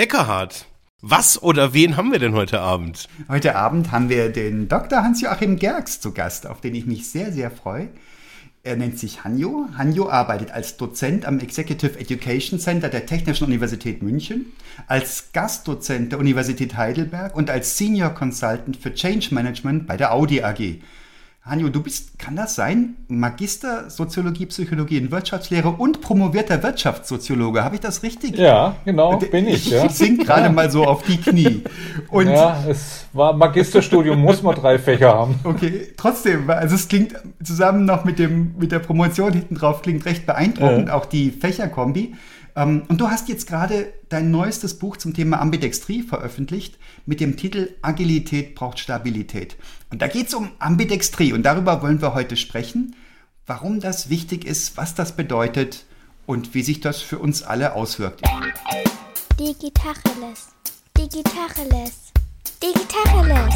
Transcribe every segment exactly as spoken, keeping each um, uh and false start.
Eckhardt, was oder wen haben wir denn heute Abend? Heute Abend haben wir den Doktor Hans-Joachim Gerx zu Gast, auf den ich mich sehr, sehr freue. Er nennt sich Hanjo. Hanjo arbeitet als Dozent am Executive Education Center der Technischen Universität München, als Gastdozent der Universität Heidelberg und als Senior Consultant für Change Management bei der Audi A G. Hanjo, du bist, kann das sein, Magister Soziologie, Psychologie und Wirtschaftslehre und promovierter Wirtschaftssoziologe. Habe ich das richtig? Ja, genau, bin ich. Ich ja. sink gerade mal so auf die Knie. Und ja, es war Magisterstudium, muss man drei Fächer haben. Okay, trotzdem, also es klingt zusammen noch mit, dem, mit der Promotion hinten drauf, klingt recht beeindruckend, ja. Auch die Fächerkombi. Und du hast jetzt gerade dein neuestes Buch zum Thema Ambidextrie veröffentlicht mit dem Titel Agilität braucht Stabilität. Und da geht es um Ambidextrie und darüber wollen wir heute sprechen, warum das wichtig ist, was das bedeutet und wie sich das für uns alle auswirkt. Digitacheles, Digitacheles, Digitacheles.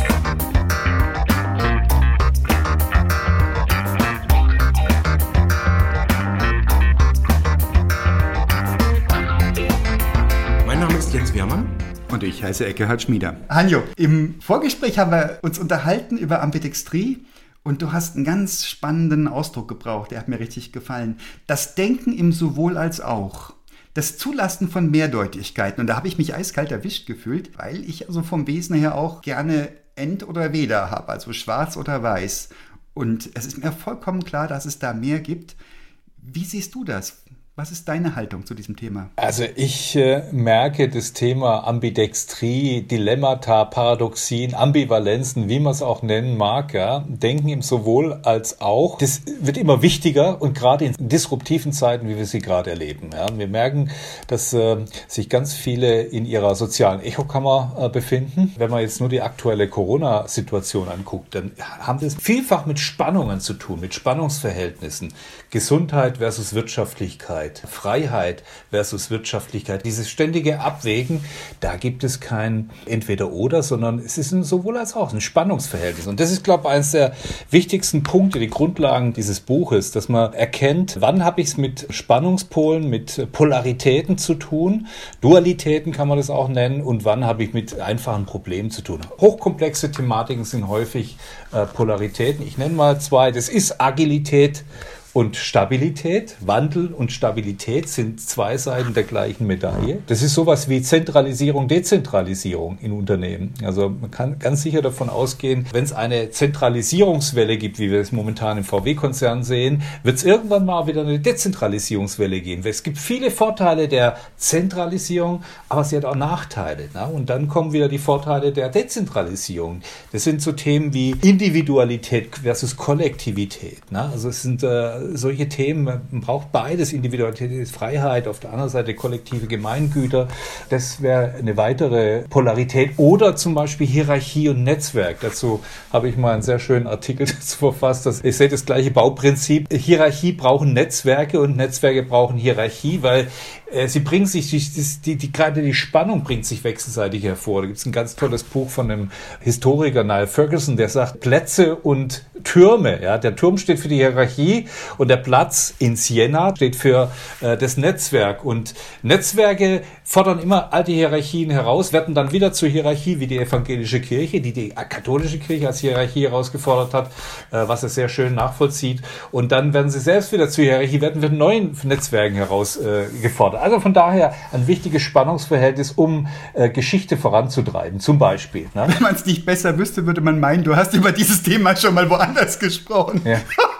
Mein Name ist Jens Wehrmann. Und ich heiße Eckhardt Schmieder. Hanjo, im Vorgespräch haben wir uns unterhalten über Ambidextrie und du hast einen ganz spannenden Ausdruck gebraucht, der hat mir richtig gefallen. Das Denken im Sowohl als auch. Das Zulassen von Mehrdeutigkeiten. Und da habe ich mich eiskalt erwischt gefühlt, weil ich also vom Wesen her auch gerne Ent oder Weder habe, also schwarz oder weiß. Und es ist mir vollkommen klar, dass es da mehr gibt. Wie siehst du das? Was ist deine Haltung zu diesem Thema? Also ich äh, merke das Thema Ambidextrie, Dilemmata, Paradoxien, Ambivalenzen, wie man es auch nennen mag, ja, Denken im Sowohl als auch, das wird immer wichtiger und gerade in disruptiven Zeiten, wie wir sie gerade erleben. Ja. Wir merken, dass äh, sich ganz viele in ihrer sozialen Echokammer äh, befinden. Wenn man jetzt nur die aktuelle Corona-Situation anguckt, dann haben das vielfach mit Spannungen zu tun, mit Spannungsverhältnissen. Gesundheit versus Wirtschaftlichkeit. Freiheit versus Wirtschaftlichkeit, dieses ständige Abwägen, da gibt es kein Entweder-Oder, sondern es ist ein sowohl als auch ein Spannungsverhältnis. Und das ist, glaube ich, eines der wichtigsten Punkte, die Grundlagen dieses Buches, dass man erkennt, wann habe ich es mit Spannungspolen, mit Polaritäten zu tun, Dualitäten kann man das auch nennen, und wann habe ich mit einfachen Problemen zu tun. Hochkomplexe Thematiken sind häufig äh, Polaritäten. Ich nenne mal zwei, das ist Agilität und Stabilität. Wandel und Stabilität sind zwei Seiten der gleichen Medaille. Das ist sowas wie Zentralisierung, Dezentralisierung in Unternehmen. Also man kann ganz sicher davon ausgehen, wenn es eine Zentralisierungswelle gibt, wie wir es momentan im V W-Konzern sehen, wird es irgendwann mal wieder eine Dezentralisierungswelle geben. Es gibt viele Vorteile der Zentralisierung, aber sie hat auch Nachteile. Ne? Und dann kommen wieder die Vorteile der Dezentralisierung. Das sind so Themen wie Individualität versus Kollektivität. Ne? Also es sind äh, solche Themen, man braucht beides, Individualität, Freiheit, auf der anderen Seite kollektive Gemeingüter. Das wäre eine weitere Polarität. Oder zum Beispiel Hierarchie und Netzwerk. Dazu habe ich mal einen sehr schönen Artikel dazu verfasst. Dass, ich sehe das gleiche Bauprinzip. Hierarchie brauchen Netzwerke und Netzwerke brauchen Hierarchie, weil äh, sie bringen sich, die, die, die, gerade die Spannung bringt sich wechselseitig hervor. Da gibt es ein ganz tolles Buch von einem Historiker, Niall Ferguson, der sagt, Plätze und Türme. Ja, der Turm steht für die Hierarchie und der Platz in Siena steht für äh, das Netzwerk. Und Netzwerke fordern immer alte Hierarchien heraus, werden dann wieder zur Hierarchie, wie die evangelische Kirche, die die katholische Kirche als Hierarchie herausgefordert hat, äh, was es sehr schön nachvollzieht. Und dann werden sie selbst wieder zur Hierarchie, werden mit neuen Netzwerken herausgefordert. Äh, also von daher ein wichtiges Spannungsverhältnis, um äh, Geschichte voranzutreiben, zum Beispiel. Ne? Wenn man es nicht besser wüsste, würde man meinen, du hast über dieses Thema schon mal woanders gesprochen. Ja.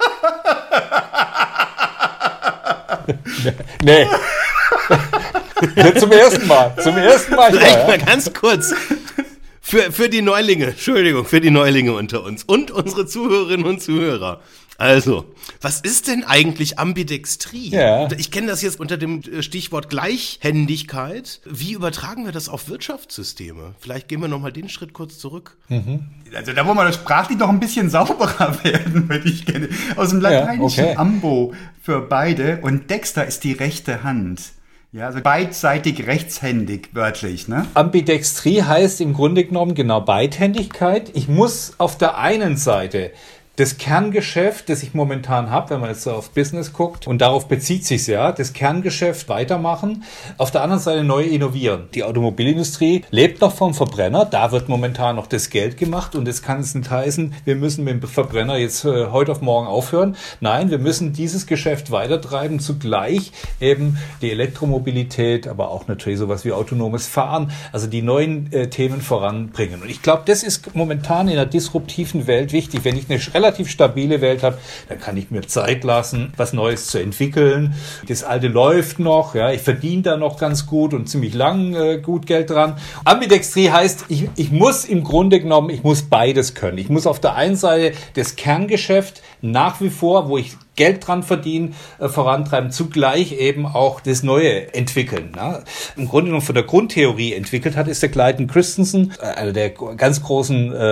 Nee. Zum ersten Mal. Zum ersten Mal. Vielleicht ja. mal ganz kurz. Für, für die Neulinge, Entschuldigung, für die Neulinge unter uns und unsere Zuhörerinnen und Zuhörer. Also, was ist denn eigentlich Ambidextrie? Ja. Ich kenne das jetzt unter dem Stichwort Gleichhändigkeit. Wie übertragen wir das auf Wirtschaftssysteme? Vielleicht gehen wir nochmal den Schritt kurz zurück. Mhm. Also da muss man sprachlich noch ein bisschen sauberer werden, würde ich gerne. Aus dem Lateinischen ja, okay. Ambo für beide und Dexter ist die rechte Hand. Ja, also beidseitig rechtshändig, wörtlich, ne? Ambidextrie heißt im Grunde genommen genau Beidhändigkeit. Ich muss auf der einen Seite das Kerngeschäft, das ich momentan habe, wenn man jetzt so auf Business guckt, und darauf bezieht sich's ja, das Kerngeschäft weitermachen, auf der anderen Seite neu innovieren. Die Automobilindustrie lebt noch vom Verbrenner, da wird momentan noch das Geld gemacht und das kann es nicht heißen, wir müssen mit dem Verbrenner jetzt äh, heute auf morgen aufhören. Nein, wir müssen dieses Geschäft weitertreiben, zugleich eben die Elektromobilität, aber auch natürlich sowas wie autonomes Fahren, also die neuen äh, Themen voranbringen. Und ich glaube, das ist momentan in einer disruptiven Welt wichtig. Wenn ich eine relativ stabile Welt habe, dann kann ich mir Zeit lassen, was Neues zu entwickeln. Das Alte läuft noch, ja, ich verdiene da noch ganz gut und ziemlich lang äh, gut Geld dran. Ambidextrie heißt, ich, ich muss im Grunde genommen, ich muss beides können. Ich muss auf der einen Seite das Kerngeschäft nach wie vor, wo ich Geld dran verdienen, äh, vorantreiben, zugleich eben auch das Neue entwickeln. Ne? Im Grunde genommen von der Grundtheorie entwickelt hat, ist der Clayton Christensen, äh, einer der ganz großen äh,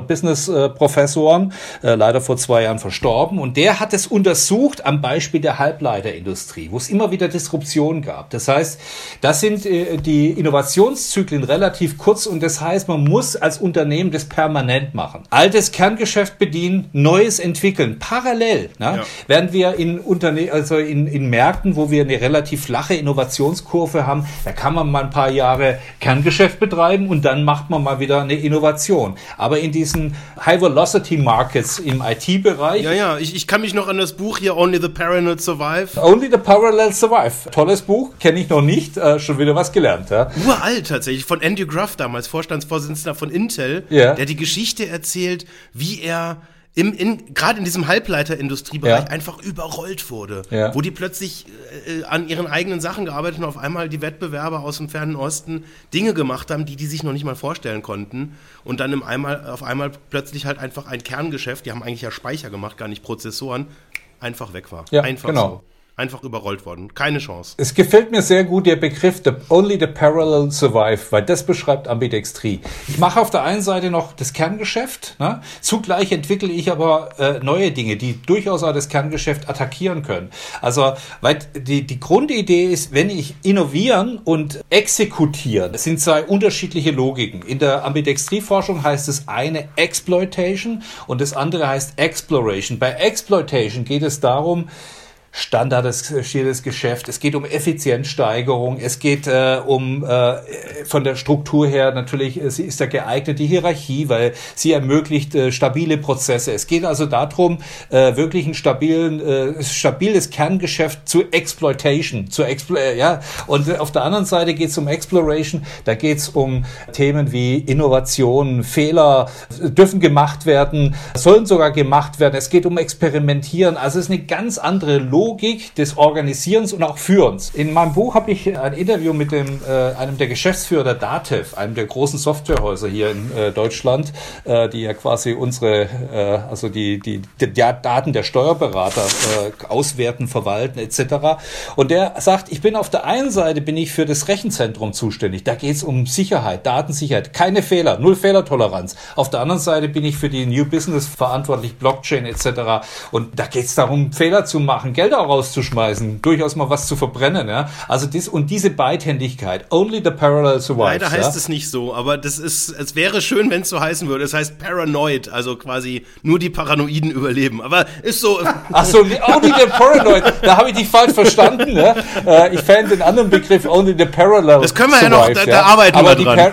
Harvard-Business-Professoren, äh, leider vor zwei Jahren verstorben. Und der hat es untersucht am Beispiel der Halbleiterindustrie, wo es immer wieder Disruption gab. Das heißt, das sind äh, die Innovationszyklen relativ kurz und das heißt, man muss als Unternehmen das permanent machen. Altes Kerngeschäft bedienen, Neues entwickeln, parallel. Ne? Ja. Während wir in Unterne- also in, in Märkten, wo wir eine relativ flache Innovationskurve haben, da kann man mal ein paar Jahre Kerngeschäft betreiben und dann macht man mal wieder eine Innovation. Aber in diesen High-Velocity-Markets im I T-Bereich... Ja, ja, ich, ich kann mich noch an das Buch hier Only the Parallel Survive... Only the Parallel Survive. Tolles Buch, kenne ich noch nicht, äh, schon wieder was gelernt. Ja. Uralt tatsächlich, von Andrew Gruff damals, Vorstandsvorsitzender von Intel, ja. der die Geschichte erzählt, wie er... Im, in, gerade in diesem Halbleiterindustriebereich ja. einfach überrollt wurde, ja. wo die plötzlich äh, an ihren eigenen Sachen gearbeitet und auf einmal die Wettbewerber aus dem fernen Osten Dinge gemacht haben, die die sich noch nicht mal vorstellen konnten und dann im einmal, auf einmal plötzlich halt einfach ein Kerngeschäft, die haben eigentlich ja Speicher gemacht, gar nicht Prozessoren, einfach weg war. Ja, einfach genau. so. Einfach überrollt worden. Keine Chance. Es gefällt mir sehr gut der Begriff the, Only the Parallel Survive, weil das beschreibt Ambidextrie. Ich mache auf der einen Seite noch das Kerngeschäft, ne? Zugleich entwickle ich aber äh, neue Dinge, die durchaus auch das Kerngeschäft attackieren können. Also, weil die, die Grundidee ist, wenn ich innovieren und exekutieren, das sind zwei unterschiedliche Logiken. In der Ambidextrie-Forschung heißt es eine Exploitation und das andere heißt Exploration. Bei Exploitation geht es darum, standardisiertes Geschäft, es geht um Effizienzsteigerung, es geht äh, um äh, von der Struktur her natürlich, äh, sie ist ja geeignet, die Hierarchie, weil sie ermöglicht äh, stabile Prozesse. Es geht also darum, äh, wirklich ein stabilen, äh, stabiles Kerngeschäft zu Exploitation, zu Explo- äh, ja. Und äh, auf der anderen Seite geht es um Exploration, da geht es um Themen wie Innovation, Fehler äh, dürfen gemacht werden, sollen sogar gemacht werden. Es geht um Experimentieren, also es ist eine ganz andere Logik Logik des Organisierens und auch Führens. In meinem Buch habe ich ein Interview mit dem, äh, einem der Geschäftsführer der DATEV, einem der großen Softwarehäuser hier in äh, Deutschland, äh, die ja quasi unsere, äh, also die, die, die Daten der Steuerberater äh, auswerten, verwalten et cetera. Und der sagt, ich bin auf der einen Seite bin ich für das Rechenzentrum zuständig. Da geht es um Sicherheit, Datensicherheit, keine Fehler, null Fehlertoleranz. Auf der anderen Seite bin ich für die New Business verantwortlich, Blockchain et cetera. Und da geht es darum, Fehler zu machen, Geld auch rauszuschmeißen, durchaus mal was zu verbrennen, ja. Also das und diese Beidhändigkeit, only the parallel survives. Leider heißt ja? es nicht so, aber das ist, es wäre schön, wenn es so heißen würde. Es heißt paranoid, also quasi nur die Paranoiden überleben. Aber ist so. Ach so, only the paranoid. Da habe ich dich falsch verstanden. Ja? Äh, ich fände den anderen Begriff only the parallel. Das können wir survives, ja noch, da, ja? da arbeiten aber wir dran.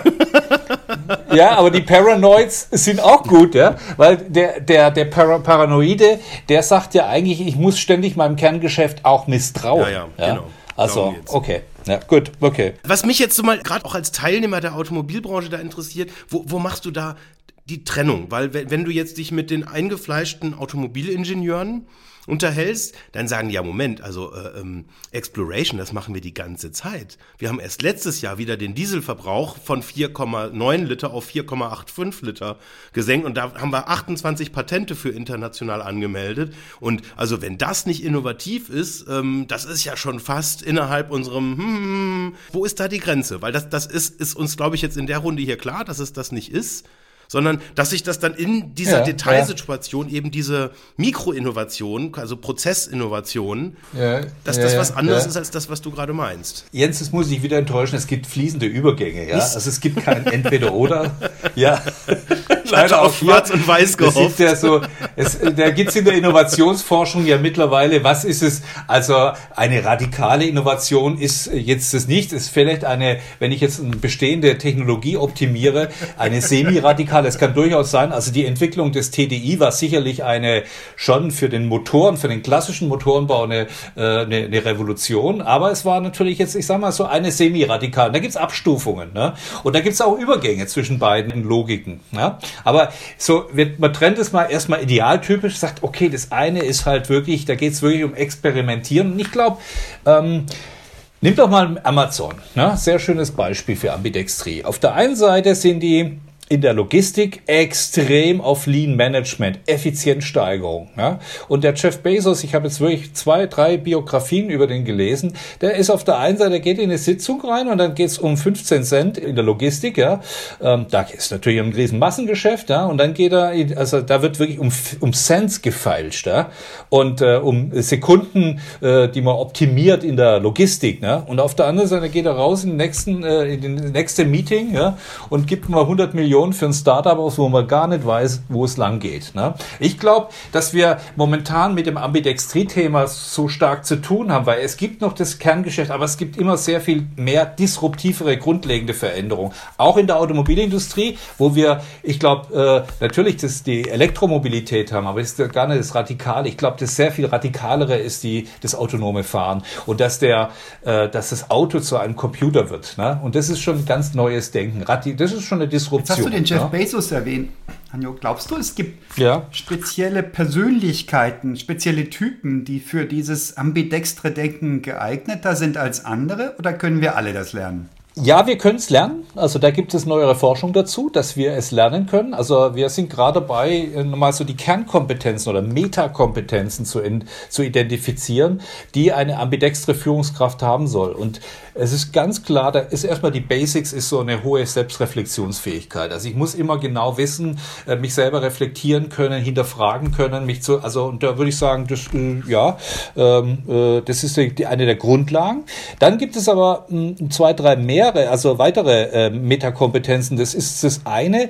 Ja, aber die Paranoids sind auch gut, ja, weil der der der Para- Paranoide, der sagt ja eigentlich, ich muss ständig meinem Kerngeschäft auch misstrauen. Ja, ja, ja? Genau. Also, okay, ja, gut, okay. Was mich jetzt so mal gerade auch als Teilnehmer der Automobilbranche da interessiert, wo, wo machst du da die Trennung? Weil wenn, wenn du jetzt dich mit den eingefleischten Automobilingenieuren unterhältst, dann sagen die, ja Moment, also äh, ähm, Exploration, das machen wir die ganze Zeit. Wir haben erst letztes Jahr wieder den Dieselverbrauch von vier Komma neun Liter auf vier Komma fünfundachtzig Liter gesenkt und da haben wir achtundzwanzig Patente für international angemeldet und also wenn das nicht innovativ ist, ähm, das ist ja schon fast innerhalb unserem hm, wo ist da die Grenze? Weil das, das ist, ist uns, glaube ich, jetzt in der Runde hier klar, dass es das nicht ist, sondern dass sich das dann in dieser ja, Detailsituation ja. eben diese Mikroinnovation, also Prozessinnovation, ja, dass ja, das was anderes ja. ist als das, was du gerade meinst. Jens, das muss ich wieder enttäuschen, es gibt fließende Übergänge, ja. Also es gibt kein Entweder-Oder. Ja. leider auf Schwarz und Weiß gehofft. Das ist ja so, es, da gibt's in der Innovationsforschung ja mittlerweile, was ist es? Also eine radikale Innovation ist jetzt das nicht, ist vielleicht eine, wenn ich jetzt eine bestehende Technologie optimiere, eine semi-radikale, es kann durchaus sein, also die Entwicklung des T D I war sicherlich eine, schon für den Motoren, für den klassischen Motorenbau eine, äh, eine, eine Revolution, aber es war natürlich jetzt, ich sag mal so, eine semi-radikale, da gibt's Abstufungen, ne? Und da gibt's auch Übergänge zwischen beiden Logiken, ja? Aber so, wird, man trennt es mal erstmal idealtypisch, sagt, okay, das eine ist halt wirklich, da geht's wirklich um Experimentieren, und ich glaube, ähm, nimm doch mal Amazon, ne? Sehr schönes Beispiel für Ambidextrie. Auf der einen Seite sind die in der Logistik extrem auf Lean Management, Effizienzsteigerung. Ja? Und der Jeff Bezos, ich habe jetzt wirklich zwei, drei Biografien über den gelesen, der ist auf der einen Seite, geht in eine Sitzung rein und dann geht es um fünfzehn Cent in der Logistik. Ja? Ähm, da ist natürlich ein riesen Massengeschäft. Ja? Und dann geht er, also da wird wirklich um, um Cents gefeilscht. Ja? Und äh, um Sekunden, äh, die man optimiert in der Logistik. Ne? Und auf der anderen Seite geht er raus in den nächsten, äh, in den nächste Meeting, ja? Und gibt mal hundert Millionen für ein Startup aus, wo man gar nicht weiß, wo es lang geht. Ne? Ich glaube, dass wir momentan mit dem Ambidextrie-Thema so stark zu tun haben, weil es gibt noch das Kerngeschäft, aber es gibt immer sehr viel mehr disruptivere, grundlegende Veränderungen. Auch in der Automobilindustrie, wo wir, ich glaube, äh, natürlich das, die Elektromobilität haben, aber das ist gar nicht das Radikale. Ich glaube, das sehr viel radikalere ist die, das autonome Fahren und dass der, äh, dass das Auto zu einem Computer wird. Ne? Und das ist schon ein ganz neues Denken. Das ist schon eine Disruption. Du den Jeff ja. Bezos erwähnt. Hanjo, glaubst du, es gibt ja. spezielle Persönlichkeiten, spezielle Typen, die für dieses ambidextre Denken geeigneter sind als andere? Oder können wir alle das lernen? Ja, wir können es lernen. Also da gibt es neuere Forschung dazu, dass wir es lernen können. Also wir sind gerade dabei, nochmal so die Kernkompetenzen oder Metakompetenzen zu, in, zu identifizieren, die eine ambidextre Führungskraft haben soll. Und es ist ganz klar, da ist erstmal die Basics, ist so eine hohe Selbstreflexionsfähigkeit. Also ich muss immer genau wissen, mich selber reflektieren können, hinterfragen können, mich zu, also und da würde ich sagen, das, äh, ja, ähm, äh, das ist die, eine der Grundlagen. Dann gibt es aber mh, zwei, drei mehr, also weitere äh, Metakompetenzen. Das ist das eine,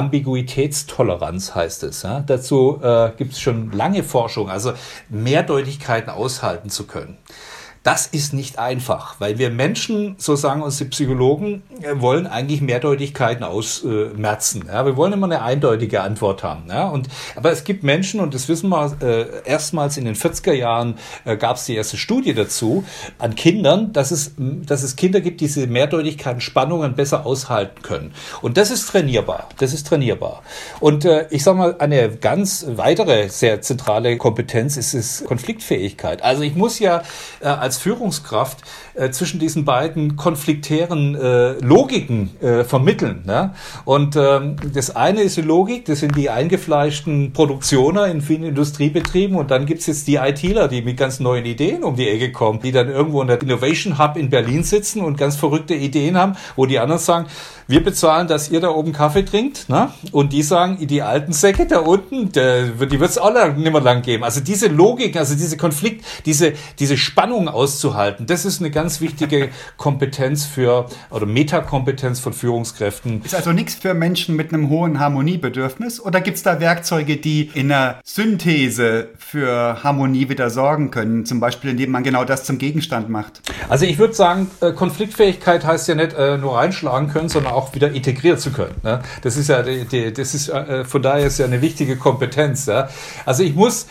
Ambiguitätstoleranz heißt es. Ja? Dazu äh, gibt es schon lange Forschung, also Mehrdeutigkeiten aushalten zu können. Das ist nicht einfach, weil wir Menschen, so sagen uns die Psychologen, wollen eigentlich Mehrdeutigkeiten ausmerzen. Ja, wir wollen immer eine eindeutige Antwort haben. Ja, und, aber es gibt Menschen, und das wissen wir, äh, erstmals in den vierziger Jahren äh, gab es die erste Studie dazu, an Kindern, dass es, dass es Kinder gibt, die diese Mehrdeutigkeiten, Spannungen besser aushalten können. Und das ist trainierbar. Das ist trainierbar. Und äh, ich sage mal, eine ganz weitere, sehr zentrale Kompetenz ist es Konfliktfähigkeit. Also ich muss ja äh, als Führungskraft äh, zwischen diesen beiden konfliktären äh, Logiken äh, vermitteln. Ne? Und ähm, das eine ist die Logik, das sind die eingefleischten Produktioner in vielen Industriebetrieben, und dann gibt's jetzt die ITler, die mit ganz neuen Ideen um die Ecke kommen, die dann irgendwo in der Innovation Hub in Berlin sitzen und ganz verrückte Ideen haben, wo die anderen sagen, wir bezahlen, dass ihr da oben Kaffee trinkt, ne? Und die sagen, die alten Säcke da unten, der, die wird es auch lang, nicht mehr lang geben. Also diese Logik, also diese Konflikt, diese, diese Spannung auszuhalten, das ist eine ganz wichtige Kompetenz für, oder Metakompetenz von Führungskräften. Ist also nichts für Menschen mit einem hohen Harmoniebedürfnis, oder gibt es da Werkzeuge, die in einer Synthese für Harmonie wieder sorgen können, zum Beispiel indem man genau das zum Gegenstand macht? Also ich würde sagen, Konfliktfähigkeit heißt ja nicht äh, nur reinschlagen können, sondern auch wieder integrieren zu können. Ne? Das ist ja, die, die, das ist äh, von daher ist ja eine wichtige Kompetenz. Ja? Also ich muss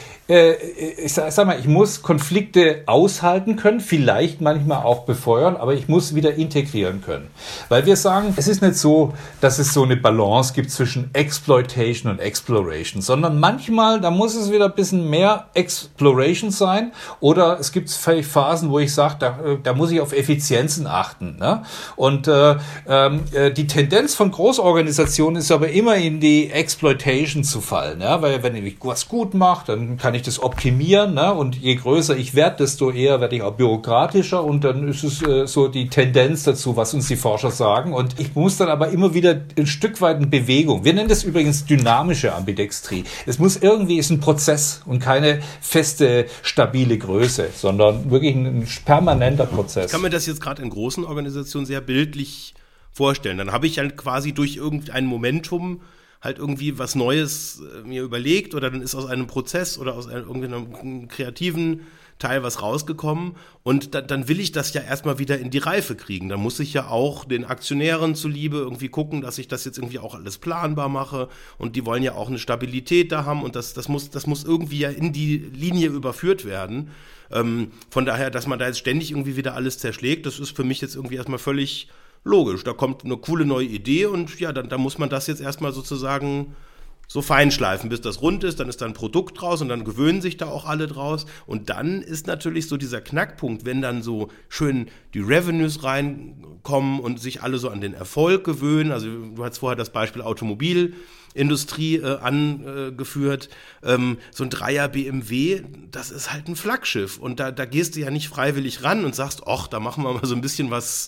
Ich sag, sag mal, ich muss Konflikte aushalten können, vielleicht manchmal auch befeuern, aber ich muss wieder integrieren können. Weil wir sagen, es ist nicht so, dass es so eine Balance gibt zwischen Exploitation und Exploration, sondern manchmal, da muss es wieder ein bisschen mehr Exploration sein, oder es gibt vielleicht Phasen, wo ich sage, da, da muss ich auf Effizienzen achten. Ne? Und äh, äh, die Tendenz von Großorganisationen ist aber immer in die Exploitation zu fallen. Ja? Weil wenn ich was gut mache, dann kann ich das optimieren, ne? Und je größer ich werde, desto eher werde ich auch bürokratischer, und dann ist es äh, so die Tendenz dazu, was uns die Forscher sagen. Und ich muss dann aber immer wieder ein Stück weit in Bewegung. Wir nennen das übrigens dynamische Ambidextrie. Es muss irgendwie, ist ein Prozess und keine feste, stabile Größe, sondern wirklich ein, ein permanenter Prozess. Ich kann mir das jetzt gerade in großen Organisationen sehr bildlich vorstellen. Dann habe ich halt quasi durch irgendein Momentum halt irgendwie was Neues äh, mir überlegt oder dann ist aus einem Prozess oder aus einem, irgendeinem kreativen Teil was rausgekommen und da, dann will ich das ja erstmal wieder in die Reife kriegen. Dann muss ich ja auch den Aktionären zuliebe irgendwie gucken, dass ich das jetzt irgendwie auch alles planbar mache und die wollen ja auch eine Stabilität da haben und das, das muss, das muss irgendwie ja in die Linie überführt werden. Ähm, von daher, dass man da jetzt ständig irgendwie wieder alles zerschlägt, das ist für mich jetzt irgendwie erstmal völlig logisch. Da kommt eine coole neue Idee und ja, dann, dann muss man das jetzt erstmal sozusagen so feinschleifen, bis das rund ist, dann ist da ein Produkt draus und dann gewöhnen sich da auch alle draus. Und dann ist natürlich so dieser Knackpunkt, wenn dann so schön die Revenues reinkommen und sich alle so an den Erfolg gewöhnen. Also du hast vorher das Beispiel Automobilindustrie äh, angeführt. Ähm, so ein Dreier B M W, das ist halt ein Flaggschiff. Und da, da gehst du ja nicht freiwillig ran und sagst, ach, da machen wir mal so ein bisschen was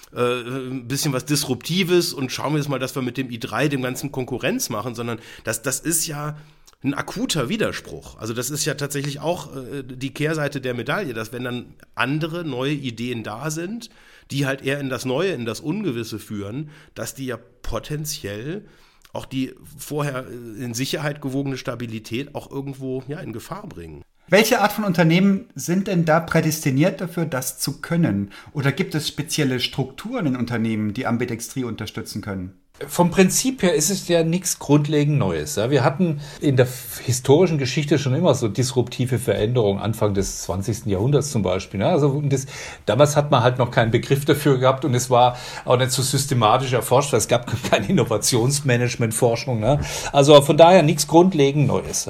ein bisschen was Disruptives und schauen wir jetzt mal, dass wir mit dem i drei dem ganzen Konkurrenz machen, sondern das, das ist ja ein akuter Widerspruch. Also das ist ja tatsächlich auch äh, die Kehrseite der Medaille, dass wenn dann andere neue Ideen da sind, die halt eher in das Neue, in das Ungewisse führen, dass die ja potenziell auch die vorher in Sicherheit gewogene Stabilität auch irgendwo ja, in Gefahr bringen. Welche Art von Unternehmen sind denn da prädestiniert dafür, das zu können? Oder gibt es spezielle Strukturen in Unternehmen, die Ambidextrie unterstützen können? Vom Prinzip her ist es ja nichts grundlegend Neues. Wir hatten in der historischen Geschichte schon immer so disruptive Veränderungen, Anfang des zwanzigsten Jahrhunderts zum Beispiel. Also das, damals hat man halt noch keinen Begriff dafür gehabt und es war auch nicht so systematisch erforscht, weil es gab keine Innovationsmanagement-Forschung. Also von daher nichts grundlegend Neues.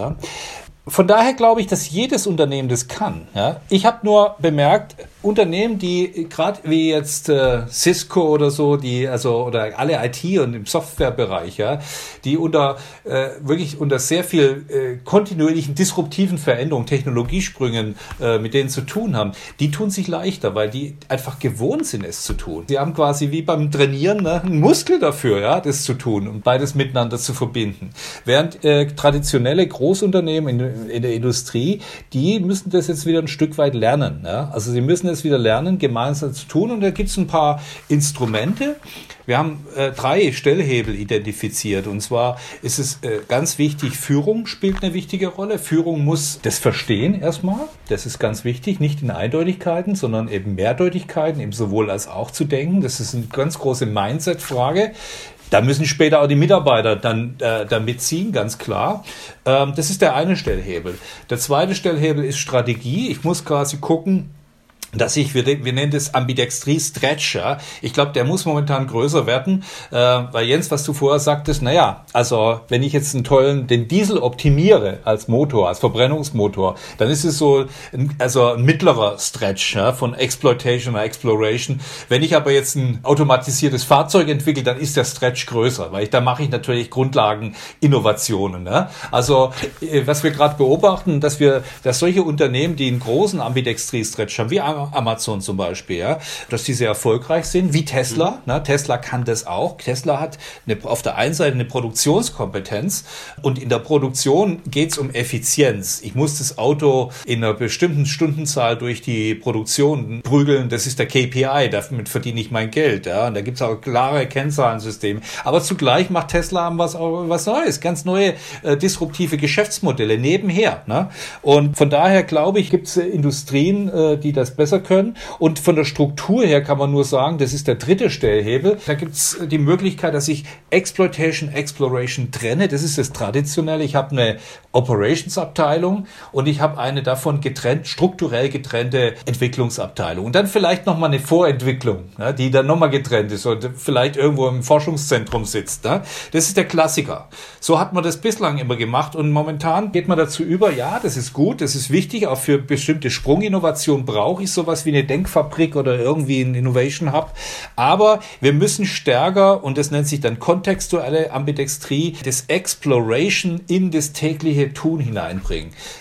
Von daher glaube ich, dass jedes Unternehmen das kann. Ja? Ich habe nur bemerkt, Unternehmen, die gerade wie jetzt äh, Cisco oder so, die also oder alle I T und im Softwarebereich, ja, die unter äh, wirklich unter sehr viel äh, kontinuierlichen disruptiven Veränderungen, Technologiesprüngen äh, mit denen zu tun haben, die tun sich leichter, weil die einfach gewohnt sind, es zu tun. Sie haben quasi wie beim Trainieren ne, einen Muskel dafür, ja, das zu tun und beides miteinander zu verbinden. Während äh, traditionelle Großunternehmen in, in der Industrie, die müssen das jetzt wieder ein Stück weit lernen. Ja? Also sie müssen es wieder lernen, gemeinsam zu tun. Und da gibt es ein paar Instrumente. Wir haben äh, drei Stellhebel identifiziert. Und zwar ist es äh, ganz wichtig, Führung spielt eine wichtige Rolle. Führung muss das verstehen erstmal. Das ist ganz wichtig. Nicht in Eindeutigkeiten, sondern eben Mehrdeutigkeiten, eben sowohl als auch zu denken. Das ist eine ganz große Mindset-Frage. Da müssen später auch die Mitarbeiter dann äh, da mitziehen, ganz klar. Ähm, das ist der eine Stellhebel. Der zweite Stellhebel ist Strategie. Ich muss quasi gucken, dass ich, wir, wir nennen das Ambidextrie-Stretch, ja. Ich glaube, der muss momentan größer werden, äh, weil Jens, was du vorher sagtest, naja, also wenn ich jetzt einen tollen, den Diesel optimiere als Motor, als Verbrennungsmotor, dann ist es so ein, also ein mittlerer Stretch, ja, von Exploitation oder Exploration. Wenn ich aber jetzt ein automatisiertes Fahrzeug entwickle, dann ist der Stretch größer, weil ich, da mache ich natürlich Grundlageninnovationen, ja. Also was wir gerade beobachten, dass wir, dass solche Unternehmen, die einen großen Ambidextrie-Stretch haben, wie Amazon zum Beispiel, ja, dass die sehr erfolgreich sind, wie Tesla. Mhm. Ne? Tesla kann das auch. Tesla hat eine, auf der einen Seite eine Produktionskompetenz und in der Produktion geht es um Effizienz. Ich muss das Auto in einer bestimmten Stundenzahl durch die Produktion prügeln. Das ist der K P I. Damit verdiene ich mein Geld. Ja? Und da gibt es auch klare Kennzahlensysteme. Aber zugleich macht Tesla was, was Neues, ganz neue äh, disruptive Geschäftsmodelle nebenher. Ne? Und von daher glaube ich, gibt es äh, Industrien, äh, die das besser können. Und von der Struktur her kann man nur sagen, das ist der dritte Stellhebel. Da gibt es die Möglichkeit, dass ich Exploitation, Exploration trenne. Das ist das Traditionelle. Ich habe eine Operations-Abteilung und ich habe eine davon getrennt, strukturell getrennte Entwicklungsabteilung. Und dann vielleicht nochmal eine Vorentwicklung, ja, die dann nochmal getrennt ist und vielleicht irgendwo im Forschungszentrum sitzt. Ja. Das ist der Klassiker. So hat man das bislang immer gemacht und momentan geht man dazu über, ja, das ist gut, das ist wichtig, auch für bestimmte Sprunginnovationen brauche ich sowas wie eine Denkfabrik oder irgendwie ein Innovation Hub. Aber wir müssen stärker, und das nennt sich dann kontextuelle Ambidextrie, das Exploration in das tägliche Tun hineinbringen.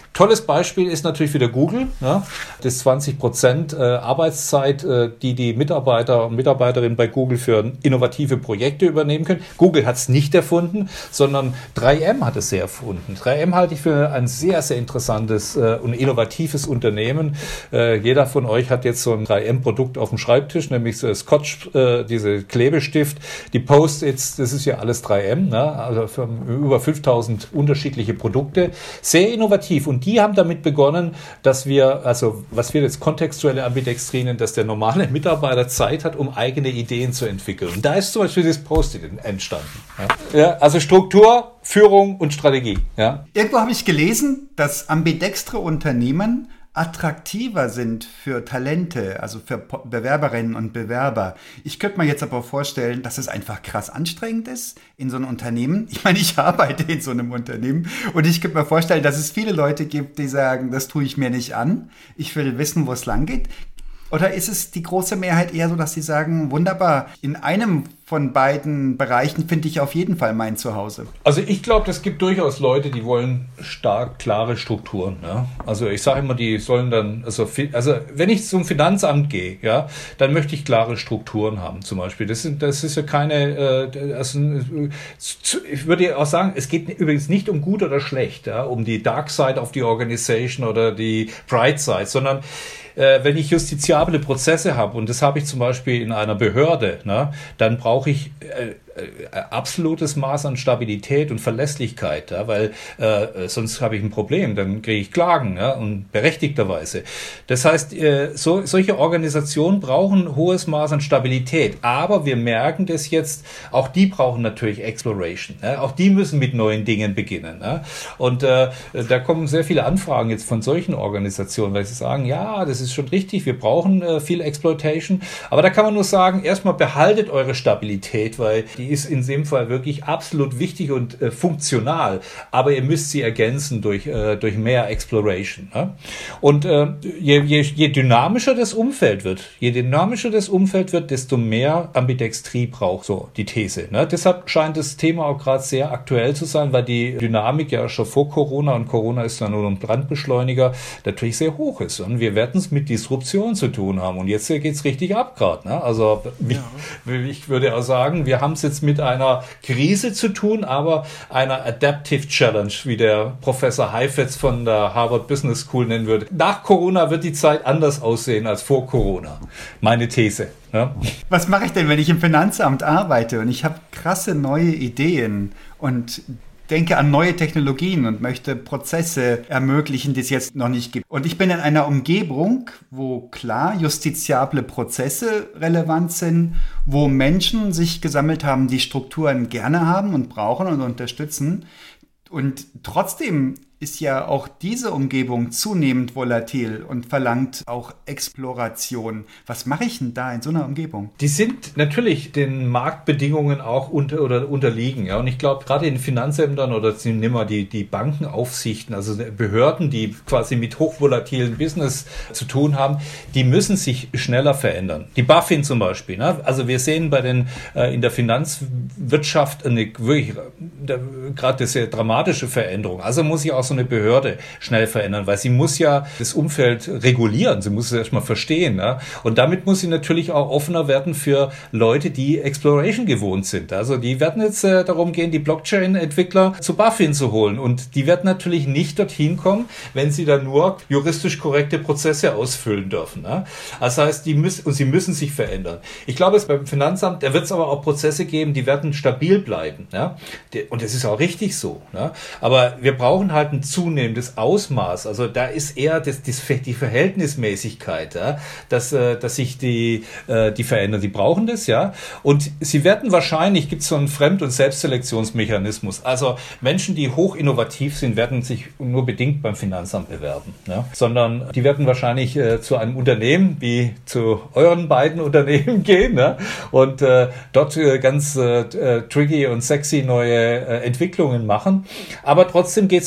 Tolles Beispiel ist natürlich wieder Google. Ne? Das zwanzig Prozent äh, Arbeitszeit, äh, die die Mitarbeiter und Mitarbeiterinnen bei Google für innovative Projekte übernehmen können. Google hat es nicht erfunden, sondern drei M hat es sehr erfunden. drei M halte ich für ein sehr, sehr interessantes äh, und innovatives Unternehmen. Äh, jeder von euch hat jetzt so ein drei M-Produkt auf dem Schreibtisch, nämlich so Scotch, äh, diese Klebestift, die Post-its, das ist ja alles drei M, ne? Also für über fünftausend unterschiedliche Produkte. Sehr innovativ. Und die haben damit begonnen, dass wir, also was wir jetzt kontextuelle Ambidextrie nennen, dass der normale Mitarbeiter Zeit hat, um eigene Ideen zu entwickeln. Und da ist zum Beispiel das Post-it entstanden. Ja? Ja, also Struktur, Führung und Strategie. Ja? Irgendwo habe ich gelesen, dass ambidextre Unternehmen attraktiver sind für Talente, also für Bewerberinnen und Bewerber. Ich könnte mir jetzt aber vorstellen, dass es einfach krass anstrengend ist in so einem Unternehmen. Ich meine, ich arbeite in so einem Unternehmen und ich könnte mir vorstellen, dass es viele Leute gibt, die sagen, das tue ich mir nicht an. Ich will wissen, wo es lang geht. Oder ist es die große Mehrheit eher so, dass sie sagen, wunderbar, in einem von beiden Bereichen finde ich auf jeden Fall mein Zuhause? Also ich glaube, es gibt durchaus Leute, die wollen stark klare Strukturen. Ne? Also ich sage immer, die sollen dann, also, also wenn ich zum Finanzamt gehe, ja, dann möchte ich klare Strukturen haben zum Beispiel. Das, sind, das ist ja keine, äh, also, ich würde ja auch sagen, es geht übrigens nicht um gut oder schlecht, ja, um die Dark Side of the Organization oder die Bright Side, sondern wenn ich justiziable Prozesse habe, und das habe ich zum Beispiel in einer Behörde, ne, dann brauche ich äh, äh, absolutes Maß an Stabilität und Verlässlichkeit, ja, weil äh, sonst habe ich ein Problem, dann kriege ich Klagen, ja, und berechtigterweise. Das heißt, äh, so, solche Organisationen brauchen ein hohes Maß an Stabilität, aber wir merken das jetzt, auch die brauchen natürlich Exploration, ja, auch die müssen mit neuen Dingen beginnen. Ja, und äh, da kommen sehr viele Anfragen jetzt von solchen Organisationen, weil sie sagen, ja, das ist schon richtig, wir brauchen äh, viel Exploitation, aber da kann man nur sagen, erstmal behaltet eure Stabilität, weil die ist in dem Fall wirklich absolut wichtig und äh, funktional, aber ihr müsst sie ergänzen durch, äh, durch mehr Exploration. Ne? Und äh, je, je, je dynamischer das Umfeld wird, je dynamischer das Umfeld wird, desto mehr Ambidextrie braucht, so die These. Ne? Deshalb scheint das Thema auch gerade sehr aktuell zu sein, weil die Dynamik ja schon vor Corona, und Corona ist ja nur ein Brandbeschleuniger, natürlich sehr hoch ist. Und wir werden es mit Disruption zu tun haben. Und jetzt geht es richtig ab gerade. Ne? Also ja. ich, ich würde auch sagen, wir haben es jetzt mit einer Krise zu tun, aber einer Adaptive Challenge, wie der Professor Heifetz von der Harvard Business School nennen würde. Nach Corona wird die Zeit anders aussehen als vor Corona. Meine These. Ja. Was mache ich denn, wenn ich im Finanzamt arbeite und ich habe krasse neue Ideen und denke an neue Technologien und möchte Prozesse ermöglichen, die es jetzt noch nicht gibt. Und ich bin in einer Umgebung, wo klar justiziable Prozesse relevant sind, wo Menschen sich gesammelt haben, die Strukturen gerne haben und brauchen und unterstützen. Und trotzdem ist ja auch diese Umgebung zunehmend volatil und verlangt auch Exploration. Was mache ich denn da in so einer Umgebung? Die sind natürlich den Marktbedingungen auch unter oder unterliegen. Ja. Und ich glaube, gerade in Finanzämtern oder nimm mal die, die Bankenaufsichten, also Behörden, die quasi mit hochvolatilen Business zu tun haben, die müssen sich schneller verändern. Die BaFin zum Beispiel. Ne? Also wir sehen bei den äh, in der Finanzwirtschaft eine wirklich gerade sehr dramatische Veränderung. Also muss ich auch so eine Behörde schnell verändern, weil sie muss ja das Umfeld regulieren, sie muss es erstmal verstehen. Ja? Und damit muss sie natürlich auch offener werden für Leute, die Exploration gewohnt sind. Also die werden jetzt äh, darum gehen, die Blockchain-Entwickler zu BaFin zu holen, und die werden natürlich nicht dorthin kommen, wenn sie dann nur juristisch korrekte Prozesse ausfüllen dürfen. Ja? Das heißt, die müssen, und sie müssen sich verändern. Ich glaube, es beim Finanzamt, da wird es aber auch Prozesse geben, die werden stabil bleiben. Ja? Und das ist auch richtig so. Ja? Aber wir brauchen halt ein zunehmendes Ausmaß. Also da ist eher das, das, die Verhältnismäßigkeit, ja, dass, äh, dass sich die, äh, die verändern. Die brauchen das, ja. Und sie werden wahrscheinlich, gibt es so einen Fremd- und Selbstselektionsmechanismus. Also Menschen, die hoch innovativ sind, werden sich nur bedingt beim Finanzamt bewerben. Ja. Sondern die werden wahrscheinlich äh, zu einem Unternehmen, wie zu euren beiden Unternehmen gehen, ja, und äh, dort äh, ganz äh, tricky und sexy neue äh, Entwicklungen machen. Aber trotzdem geht es ja darum,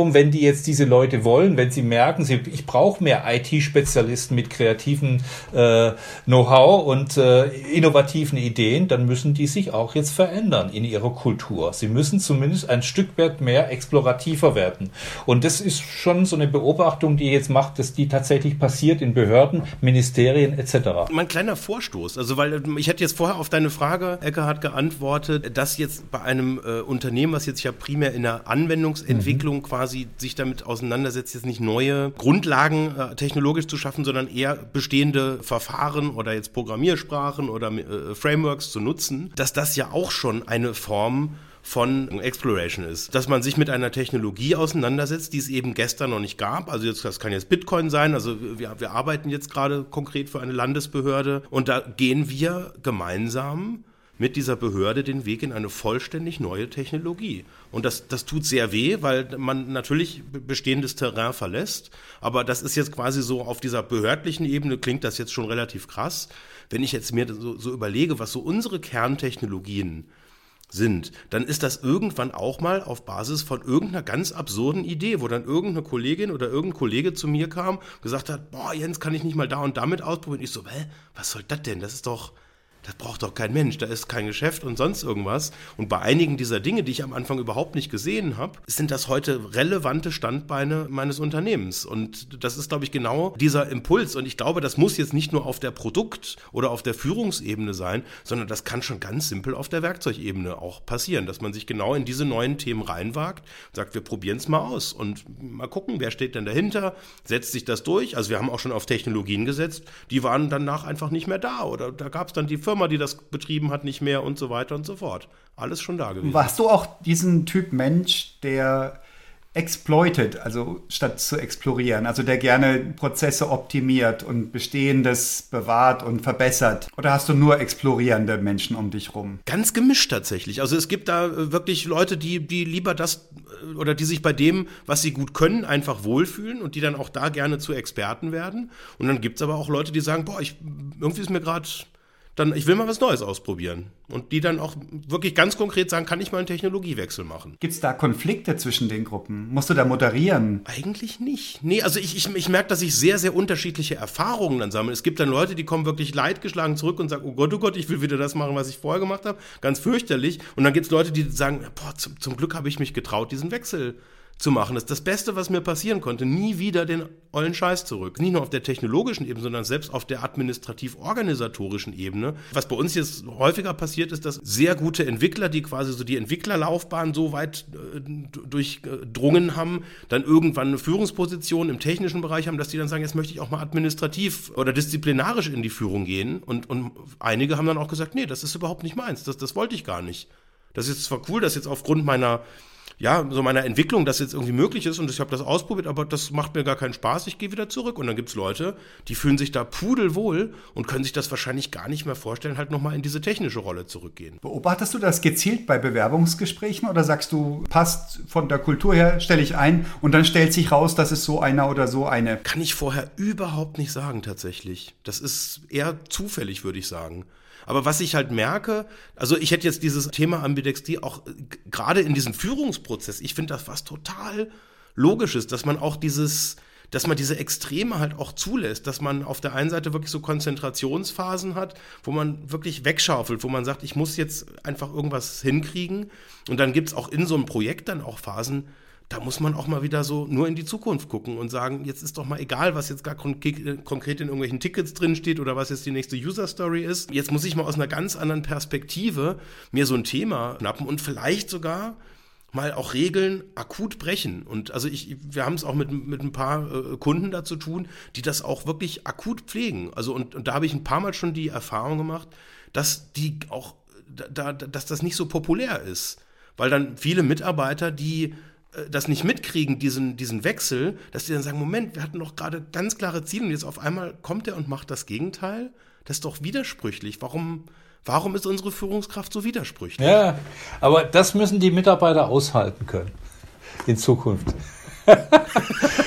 andersherum, wenn die jetzt diese Leute wollen, wenn sie merken, sie, ich brauche mehr I T-Spezialisten mit kreativen äh, Know-how und äh, innovativen Ideen, dann müssen die sich auch jetzt verändern in ihrer Kultur. Sie müssen zumindest ein Stück weit mehr explorativer werden. Und das ist schon so eine Beobachtung, die ihr jetzt macht, dass die tatsächlich passiert in Behörden, Ministerien et cetera. Mein kleiner Vorstoß, also weil ich hätte jetzt vorher auf deine Frage, Eckehard, geantwortet, dass jetzt bei einem äh, Unternehmen, was jetzt ja primär in der Anwendungsentwicklung mhm. quasi sich damit auseinandersetzt, jetzt nicht neue Grundlagen äh, technologisch zu schaffen, sondern eher bestehende Verfahren oder jetzt Programmiersprachen oder äh, Frameworks zu nutzen, dass das ja auch schon eine Form von Exploration ist. Dass man sich mit einer Technologie auseinandersetzt, die es eben gestern noch nicht gab. Also jetzt, das kann jetzt Bitcoin sein. Also wir, wir arbeiten jetzt gerade konkret für eine Landesbehörde und da gehen wir gemeinsam mit dieser Behörde den Weg in eine vollständig neue Technologie. Und das, das tut sehr weh, weil man natürlich bestehendes Terrain verlässt. Aber das ist jetzt quasi so auf dieser behördlichen Ebene, klingt das jetzt schon relativ krass. Wenn ich jetzt mir so, so überlege, was so unsere Kerntechnologien sind, dann ist das irgendwann auch mal auf Basis von irgendeiner ganz absurden Idee, wo dann irgendeine Kollegin oder irgendein Kollege zu mir kam und gesagt hat, boah, Jens, kann ich nicht mal da und damit ausprobieren? Ich so, hä, was soll das denn? Das ist doch... Das braucht doch kein Mensch, da ist kein Geschäft und sonst irgendwas. Und bei einigen dieser Dinge, die ich am Anfang überhaupt nicht gesehen habe, sind das heute relevante Standbeine meines Unternehmens. Und das ist, glaube ich, genau dieser Impuls. Und ich glaube, das muss jetzt nicht nur auf der Produkt- oder auf der Führungsebene sein, sondern das kann schon ganz simpel auf der Werkzeugebene auch passieren, dass man sich genau in diese neuen Themen reinwagt und sagt, wir probieren es mal aus und mal gucken, wer steht denn dahinter, setzt sich das durch. Also wir haben auch schon auf Technologien gesetzt, die waren danach einfach nicht mehr da oder da gab es dann die Firma, die das betrieben hat, nicht mehr und so weiter und so fort. Alles schon da gewesen. Warst du auch diesen Typ Mensch, der exploitet, also statt zu explorieren, also der gerne Prozesse optimiert und Bestehendes bewahrt und verbessert? Oder hast du nur explorierende Menschen um dich rum? Ganz gemischt tatsächlich. Also es gibt da wirklich Leute, die, die lieber das oder die sich bei dem, was sie gut können, einfach wohlfühlen und die dann auch da gerne zu Experten werden. Und dann gibt es aber auch Leute, die sagen, boah, ich, irgendwie ist mir gerade... Dann, ich will mal was Neues ausprobieren. Und die dann auch wirklich ganz konkret sagen, kann ich mal einen Technologiewechsel machen. Gibt es da Konflikte zwischen den Gruppen? Musst du da moderieren? Eigentlich nicht. Nee, also ich, ich, ich merke, dass ich sehr, sehr unterschiedliche Erfahrungen dann sammle. Es gibt dann Leute, die kommen wirklich leidgeschlagen zurück und sagen, oh Gott, oh Gott, ich will wieder das machen, was ich vorher gemacht habe. Ganz fürchterlich. Und dann gibt es Leute, die sagen, boah, zum, zum Glück habe ich mich getraut, diesen Wechsel zu machen. Das ist das Beste, was mir passieren konnte. Nie wieder den ollen Scheiß zurück. Nicht nur auf der technologischen Ebene, sondern selbst auf der administrativ-organisatorischen Ebene. Was bei uns jetzt häufiger passiert, ist, dass sehr gute Entwickler, die quasi so die Entwicklerlaufbahn so weit äh, durchdrungen haben, dann irgendwann eine Führungsposition im technischen Bereich haben, dass die dann sagen, jetzt möchte ich auch mal administrativ oder disziplinarisch in die Führung gehen. Und, und einige haben dann auch gesagt, nee, das ist überhaupt nicht meins. Das, das wollte ich gar nicht. Das ist zwar cool, dass jetzt aufgrund meiner ja, so meiner Entwicklung, das jetzt irgendwie möglich ist und ich habe das ausprobiert, aber das macht mir gar keinen Spaß, ich gehe wieder zurück. Und dann gibt's Leute, die fühlen sich da pudelwohl und können sich das wahrscheinlich gar nicht mehr vorstellen, halt nochmal in diese technische Rolle zurückgehen. Beobachtest du das gezielt bei Bewerbungsgesprächen oder sagst du, passt von der Kultur her, stelle ich ein und dann stellt sich raus, das ist so einer oder so eine? Kann ich vorher überhaupt nicht sagen tatsächlich. Das ist eher zufällig, würde ich sagen. Aber was ich halt merke, also ich hätte jetzt dieses Thema Ambidextrie auch gerade in diesem Führungsprozess, ich finde das was total Logisches, dass man auch dieses, dass man diese Extreme halt auch zulässt, dass man auf der einen Seite wirklich so Konzentrationsphasen hat, wo man wirklich wegschaufelt, wo man sagt, ich muss jetzt einfach irgendwas hinkriegen und dann gibt's auch in so einem Projekt dann auch Phasen, da muss man auch mal wieder so nur in die Zukunft gucken und sagen, jetzt ist doch mal egal, was jetzt gar konkret in irgendwelchen Tickets drin steht oder was jetzt die nächste User-Story ist. Jetzt muss ich mal aus einer ganz anderen Perspektive mir so ein Thema schnappen und vielleicht sogar mal auch Regeln akut brechen. Und also ich, wir haben es auch mit, mit ein paar äh, Kunden da zu tun, die das auch wirklich akut pflegen. Also und, und da habe ich ein paar Mal schon die Erfahrung gemacht, dass die auch, da, dass das nicht so populär ist. Weil dann viele Mitarbeiter, die das nicht mitkriegen, diesen, diesen Wechsel, dass die dann sagen, Moment, wir hatten doch gerade ganz klare Ziele und jetzt auf einmal kommt er und macht das Gegenteil. Das ist doch widersprüchlich. Warum, warum ist unsere Führungskraft so widersprüchlich? Ja, aber das müssen die Mitarbeiter aushalten können in Zukunft.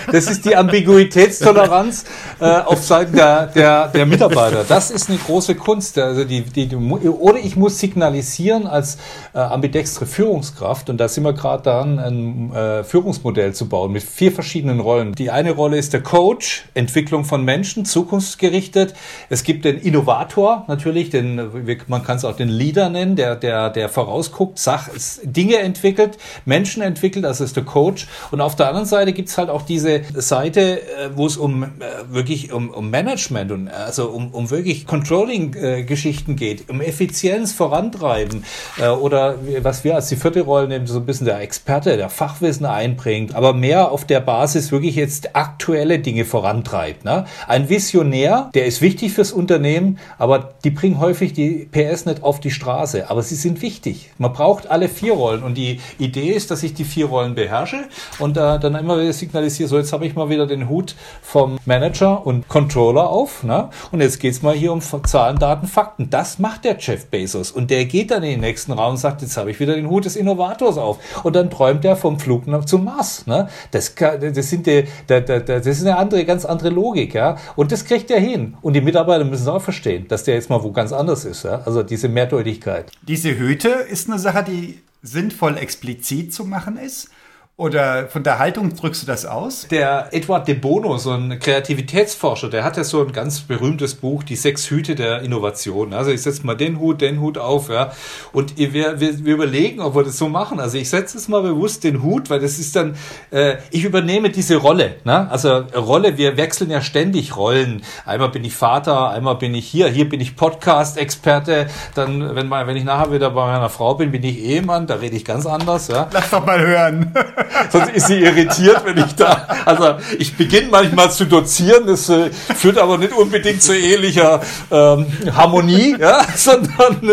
das ist die Ambiguitätstoleranz äh, auf Seiten der, der, der Mitarbeiter. Das ist eine große Kunst. Also die, die, die, oder ich muss signalisieren als äh, ambidextre Führungskraft, und da sind wir gerade daran, ein äh, Führungsmodell zu bauen mit vier verschiedenen Rollen. Die eine Rolle ist der Coach, Entwicklung von Menschen, zukunftsgerichtet. Es gibt den Innovator natürlich, den, man kann es auch den Leader nennen, der, der, der vorausguckt, Sach, Dinge entwickelt, Menschen entwickelt, das ist der Coach. Und auf der anderen Seite gibt es halt auch diese Seite, wo es um wirklich um, um Management und also um, um wirklich Controlling-Geschichten geht, um Effizienz vorantreiben äh, oder was wir als die vierte Rolle nehmen, so ein bisschen der Experte, der Fachwissen einbringt, aber mehr auf der Basis wirklich jetzt aktuelle Dinge vorantreibt. Ne? Ein Visionär, der ist wichtig fürs Unternehmen, aber die bringen häufig die P S nicht auf die Straße, aber sie sind wichtig. Man braucht alle vier Rollen und die Idee ist, dass ich die vier Rollen beherrsche und äh, dann immer wieder signalisiere, so jetzt habe ich mal wieder den Hut vom Manager und Controller auf, ne? Und jetzt geht's mal hier um Zahlen, Daten, Fakten. Das macht der Jeff Bezos und der geht dann in den nächsten Raum und sagt, jetzt habe ich wieder den Hut des Innovators auf und dann träumt er vom Flug nach zum Mars, ne? Das, das, sind die, das ist eine andere, ganz andere Logik, ja? Und das kriegt er hin und die Mitarbeiter müssen es auch verstehen, dass der jetzt mal wo ganz anders ist, ja? Also diese Mehrdeutigkeit. Diese Hüte ist eine Sache, die sinnvoll explizit zu machen ist? Oder von der Haltung drückst du das aus? Der Edward de Bono, so ein Kreativitätsforscher, der hat ja so ein ganz berühmtes Buch, die sechs Hüte der Innovation. Also ich setze mal den Hut, den Hut auf, ja. Und wir, wir, wir überlegen, ob wir das so machen. Also ich setze jetzt mal bewusst den Hut, weil das ist dann, äh, ich übernehme diese Rolle, ne? Also Rolle, wir wechseln ja ständig Rollen. Einmal bin ich Vater, einmal bin ich hier, hier bin ich Podcast-Experte. Dann, wenn, mal, wenn ich nachher wieder bei meiner Frau bin, bin ich Ehemann, da rede ich ganz anders, ja. Lass doch mal hören. Sonst ist sie irritiert, wenn ich da, also ich beginne manchmal zu dozieren, das äh, führt aber nicht unbedingt zu ähnlicher ähm, Harmonie, ja, sondern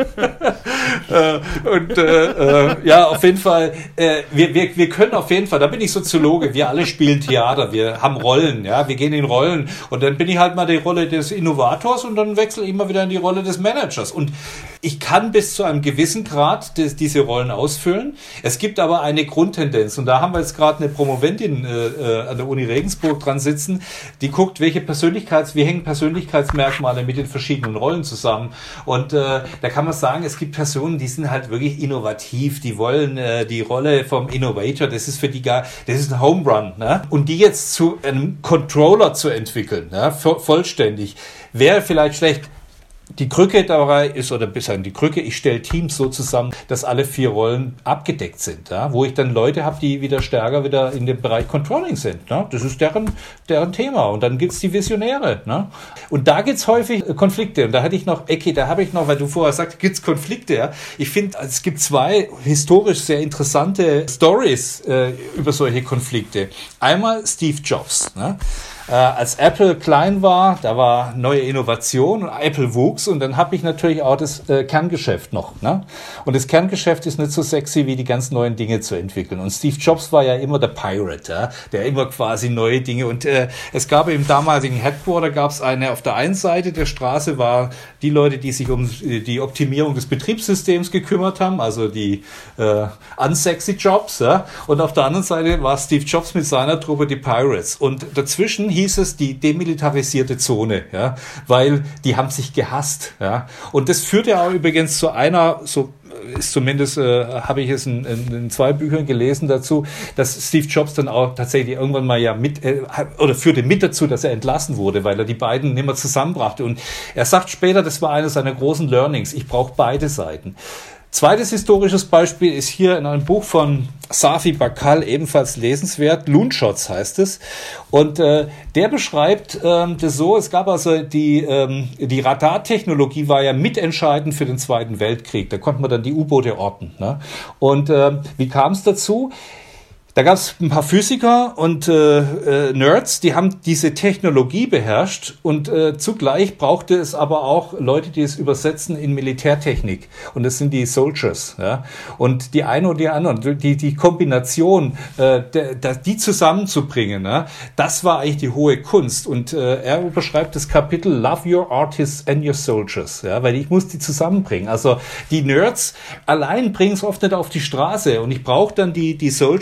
äh, und äh, äh, ja, auf jeden Fall, äh, wir, wir, wir können auf jeden Fall, da bin ich Soziologe, wir alle spielen Theater, wir haben Rollen, ja, wir gehen in Rollen und dann bin ich halt mal die Rolle des Innovators und dann wechsle ich mal wieder in die Rolle des Managers und ich kann bis zu einem gewissen Grad des, diese Rollen ausfüllen. Es gibt aber eine Grundtendenz und da haben wir jetzt gerade eine Promoventin äh, an der Uni Regensburg dran sitzen, die guckt, welche Persönlichkeits, wie hängen Persönlichkeitsmerkmale mit den verschiedenen Rollen zusammen und äh, da kann man sagen, es gibt Personen, die sind halt wirklich innovativ, die wollen äh, die Rolle vom Innovator, das ist für die gar, das ist ein Home Run, ne? Und die jetzt zu einem Controller zu entwickeln, ne? Vollständig, wäre vielleicht schlecht. Die Krücke dabei ist, oder besser die Krücke, ich stelle Teams so zusammen, dass alle vier Rollen abgedeckt sind, ja? Wo ich dann Leute habe, die wieder stärker wieder in dem Bereich Controlling sind. Ne? Das ist deren, deren Thema. Und dann gibt's die Visionäre. Ne? Und da gibt's häufig Konflikte. Und da hatte ich noch, Ecki, da habe ich noch, weil du vorher sagst, gibt's Konflikte. Ja? Ich finde, es gibt zwei historisch sehr interessante Stories äh, über solche Konflikte. Einmal Steve Jobs. Ne? Äh, als Apple klein war, da war neue Innovation und Apple wuchs und dann habe ich natürlich auch das äh, Kerngeschäft noch. Ne? Und das Kerngeschäft ist nicht so sexy, wie die ganz neuen Dinge zu entwickeln. Und Steve Jobs war ja immer der Pirate, ja? Der immer quasi neue Dinge. Und äh, es gab im damaligen Headquarter, gab es eine, auf der einen Seite der Straße war die Leute, die sich um die Optimierung des Betriebssystems gekümmert haben, also die äh, unsexy Jobs. Ja? Und auf der anderen Seite war Steve Jobs mit seiner Truppe die Pirates. Und dazwischen hieß es die demilitarisierte Zone, ja, weil die haben sich gehasst, ja, und das führt ja auch übrigens zu einer, so ist zumindest, äh, habe ich es in, in, in zwei Büchern gelesen dazu, dass Steve Jobs dann auch tatsächlich irgendwann mal ja mit, äh, oder führte mit dazu, dass er entlassen wurde, weil er die beiden nicht mehr zusammenbrachte und er sagt später, das war eines seiner großen Learnings, ich brauche beide Seiten. Zweites historisches Beispiel ist hier in einem Buch von Safi Bahcall, ebenfalls lesenswert, Loonshots heißt es. Und äh, der beschreibt ähm, das so, es gab also die, ähm, die Radartechnologie war ja mitentscheidend für den Zweiten Weltkrieg. Da konnte man dann die U-Boote orten. Ne? Und äh, wie kam es dazu? Da gab es ein paar Physiker und äh, äh, Nerds, die haben diese Technologie beherrscht und äh, zugleich brauchte es aber auch Leute, die es übersetzen in Militärtechnik und das sind die Soldiers. Ja? Und die eine und die andere, die, die Kombination, äh, der, der, die zusammenzubringen, ja? Das war eigentlich die hohe Kunst und äh, er beschreibt das Kapitel Love Your Artists and Your Soldiers, ja? Weil ich muss die zusammenbringen. Also die Nerds allein bringen es oft nicht auf die Straße und ich brauche dann die, die Soldiers, die sagen,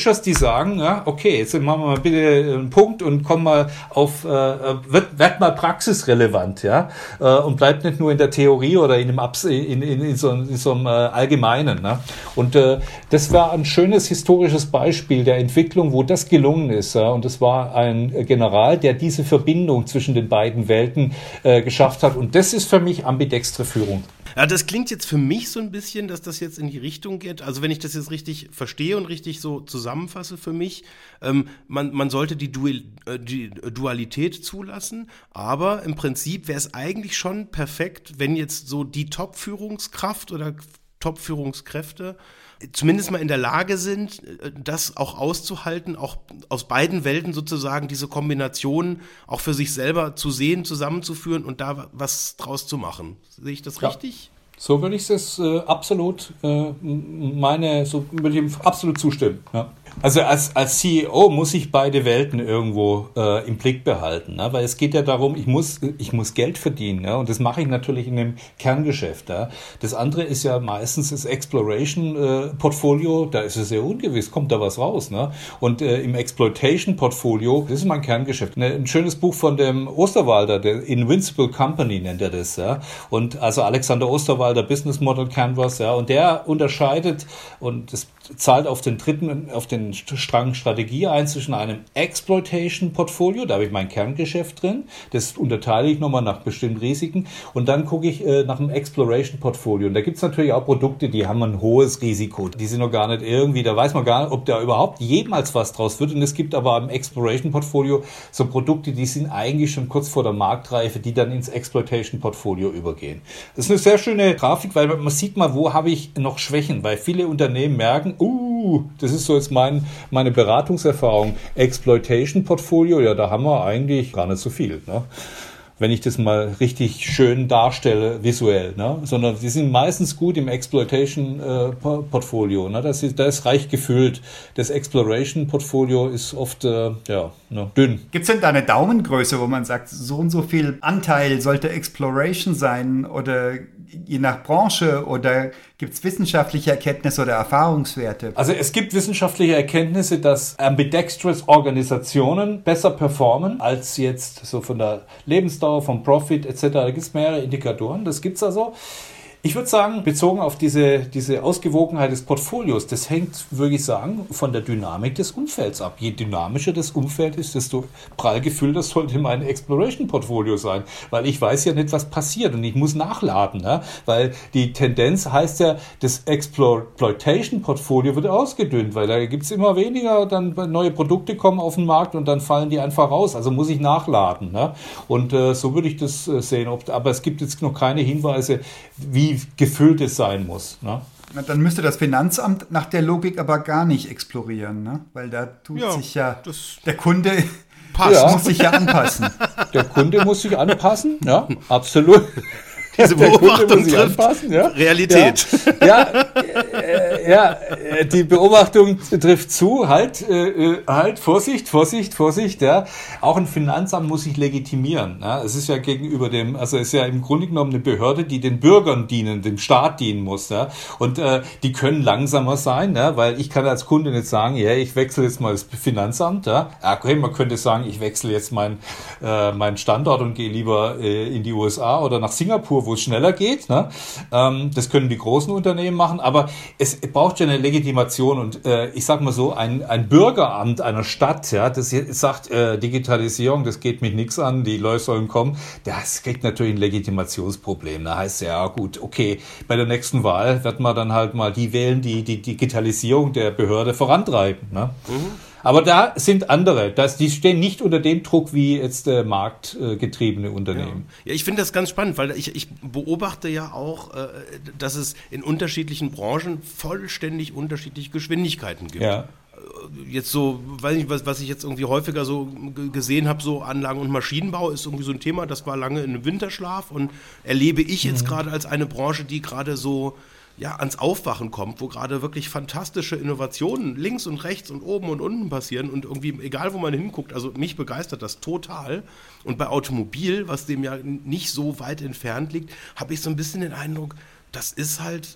sagen, ja, okay, jetzt machen wir mal bitte einen Punkt und kommen mal auf, äh, wird, wird mal praxisrelevant, ja, äh, und bleibt nicht nur in der Theorie oder in, dem Abs- in, in, in, so, in so einem äh, Allgemeinen. Ne? Und äh, das war ein schönes historisches Beispiel der Entwicklung, wo das gelungen ist. Ja? Und das war ein General, der diese Verbindung zwischen den beiden Welten äh, geschafft hat. Und das ist für mich ambidextre Führung. Ja, das klingt jetzt für mich so ein bisschen, dass das jetzt in die Richtung geht. Also wenn ich das jetzt richtig verstehe und richtig so zusammenfasse für mich, ähm, man, man sollte die, Dual, äh, die Dualität zulassen, aber im Prinzip wäre es eigentlich schon perfekt, wenn jetzt so die Top-Führungskraft oder Top-Führungskräfte zumindest mal in der Lage sind, das auch auszuhalten, auch aus beiden Welten sozusagen diese Kombination auch für sich selber zu sehen, zusammenzuführen und da was draus zu machen. Sehe ich das ja. richtig? So würde ich es äh, absolut äh, meine, so würde ich ihm absolut zustimmen. Ja. Also als, als C E O muss ich beide Welten irgendwo äh, im Blick behalten, ne? Weil es geht ja darum, ich muss, ich muss Geld verdienen, ja? Und das mache ich natürlich in dem Kerngeschäft. Ja? Das andere ist ja meistens das Exploration-Portfolio, äh, da ist es sehr ungewiss, kommt da was raus. Ne? Und äh, im Exploitation-Portfolio, das ist mein Kerngeschäft. Ne? Ein schönes Buch von dem Osterwalder, der Invincible Company nennt er das. Ja? Und also Alexander Osterwalder, Business Model Canvas, ja, und der unterscheidet, und das zahlt auf den dritten, auf den Strang Strategie ein zwischen einem Exploitation-Portfolio, da habe ich mein Kerngeschäft drin, das unterteile ich nochmal nach bestimmten Risiken, und dann gucke ich äh, nach einem Exploration-Portfolio. Und da gibt es natürlich auch Produkte, die haben ein hohes Risiko, die sind noch gar nicht irgendwie, da weiß man gar nicht, ob da überhaupt jemals was draus wird. Und es gibt aber im Exploration-Portfolio so Produkte, die sind eigentlich schon kurz vor der Marktreife, die dann ins Exploitation-Portfolio übergehen. Das ist eine sehr schöne Grafik, weil man sieht mal, wo habe ich noch Schwächen, weil viele Unternehmen merken, uh, das ist so jetzt mein, meine Beratungserfahrung, Exploitation-Portfolio, ja, da haben wir eigentlich gar nicht so viel, ne? Wenn ich das mal richtig schön darstelle, visuell, ne? Sondern die sind meistens gut im Exploitation-Portfolio, äh, ne? Das ist, das ist reich gefüllt. Das Exploration-Portfolio ist oft äh, ja, ne, dünn. Gibt es denn da eine Daumengröße, wo man sagt, so und so viel Anteil sollte Exploration sein, oder je nach Branche, oder gibt es wissenschaftliche Erkenntnisse oder Erfahrungswerte? Also es gibt wissenschaftliche Erkenntnisse, dass ambidextrous Organisationen besser performen als jetzt so von der Lebensdauer, vom Profit et cetera. Da gibt es mehrere Indikatoren, das gibt es also. Ich würde sagen, bezogen auf diese, diese Ausgewogenheit des Portfolios, das hängt, würde ich sagen, von der Dynamik des Umfelds ab. Je dynamischer das Umfeld ist, desto prall gefüllter sollte mein Exploration-Portfolio sein. Weil ich weiß ja nicht, was passiert, und ich muss nachladen. Ne? Weil die Tendenz heißt ja, das Exploitation-Portfolio wird ausgedünnt, weil da gibt es immer weniger, dann neue Produkte kommen auf den Markt und dann fallen die einfach raus. Also muss ich nachladen. Ne? Und äh, so würde ich das äh, sehen. Ob, aber es gibt jetzt noch keine Hinweise, wie gefüllt es sein muss. Ne? Na, dann müsste das Finanzamt nach der Logik aber gar nicht explorieren, ne? Weil da tut ja, sich ja der Kunde passt, ja. muss sich ja anpassen. Der Kunde muss sich anpassen, ja, absolut. Diese Beobachtung trifft ja? Realität. Ja, ja, äh, ja, die Beobachtung trifft zu. Halt, äh, halt, Vorsicht, Vorsicht, Vorsicht. Ja, auch ein Finanzamt muss sich legitimieren. Ja? Es ist ja gegenüber dem, also es ist ja im Grunde genommen eine Behörde, die den Bürgern dienen, dem Staat dienen muss. Ja? Und äh, die können langsamer sein, ja? Weil ich kann als Kunde nicht sagen, ja, ich wechsle jetzt mal das Finanzamt. Ja, okay, man könnte sagen, ich wechsle jetzt meinen äh, meinen Standort und gehe lieber äh, in die U S A oder nach Singapur, wo es schneller geht. Ne? Ähm, das können die großen Unternehmen machen, aber es braucht ja eine Legitimation, und äh, ich sag mal so, ein, ein Bürgeramt einer Stadt, ja, das sagt, äh, Digitalisierung, das geht mich nichts an, die Leute sollen kommen, das kriegt natürlich ein Legitimationsproblem. Da heißt ja, gut, okay, bei der nächsten Wahl wird man dann halt mal die wählen, die die Digitalisierung der Behörde vorantreiben. Ne? Mhm. Aber da sind andere, das, die stehen nicht unter dem Druck wie jetzt äh, marktgetriebene Unternehmen. Ja, ja, ich finde das ganz spannend, weil ich, ich beobachte ja auch, äh, dass es in unterschiedlichen Branchen vollständig unterschiedliche Geschwindigkeiten gibt. Ja. Jetzt so, weiß nicht, was, was ich jetzt irgendwie häufiger so g- gesehen habe, so Anlagen- und Maschinenbau ist irgendwie so ein Thema, das war lange in einem Winterschlaf, und erlebe ich jetzt mhm. gerade als eine Branche, die gerade so ja, ans Aufwachen kommt, wo gerade wirklich fantastische Innovationen links und rechts und oben und unten passieren, und irgendwie, egal wo man hinguckt, also mich begeistert das total. Und bei Automobil, was dem ja nicht so weit entfernt liegt, habe ich so ein bisschen den Eindruck, das ist halt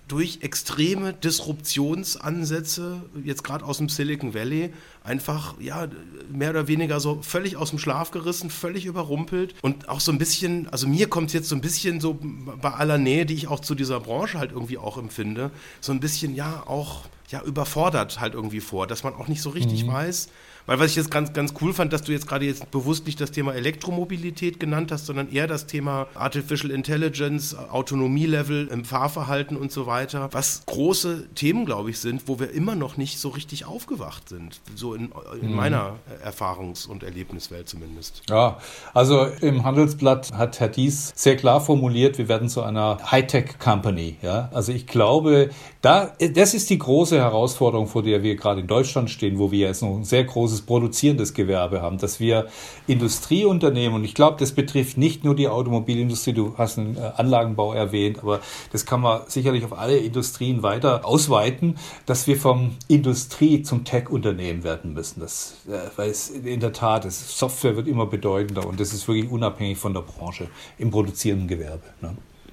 durch extreme Disruptionsansätze, jetzt gerade aus dem Silicon Valley, einfach ja mehr oder weniger so völlig aus dem Schlaf gerissen, völlig überrumpelt und auch so ein bisschen, also mir kommt es jetzt so ein bisschen so bei aller Nähe, die ich auch zu dieser Branche halt irgendwie auch empfinde, so ein bisschen ja auch ja überfordert halt irgendwie vor, dass man auch nicht so richtig mhm. weiß. Weil was ich jetzt ganz, ganz cool fand, dass du jetzt gerade jetzt bewusst nicht das Thema Elektromobilität genannt hast, sondern eher das Thema Artificial Intelligence, Autonomielevel im Fahrverhalten und so weiter, was große Themen, glaube ich, sind, wo wir immer noch nicht so richtig aufgewacht sind, so in, in mhm. meiner Erfahrungs- und Erlebniswelt zumindest. Ja, also im Handelsblatt hat Herr Dies sehr klar formuliert, wir werden zu einer Hightech-Company. Ja? Also ich glaube, da, das ist die große Herausforderung, vor der wir gerade in Deutschland stehen, wo wir jetzt noch ein sehr großes produzierendes Gewerbe haben, dass wir Industrieunternehmen, und ich glaube, das betrifft nicht nur die Automobilindustrie, du hast einen Anlagenbau erwähnt, aber das kann man sicherlich auf alle Industrien weiter ausweiten, dass wir vom Industrie zum Tech-Unternehmen werden müssen. Das, weil es in der Tat, das Software wird immer bedeutender und das ist wirklich unabhängig von der Branche im produzierenden Gewerbe. Ne?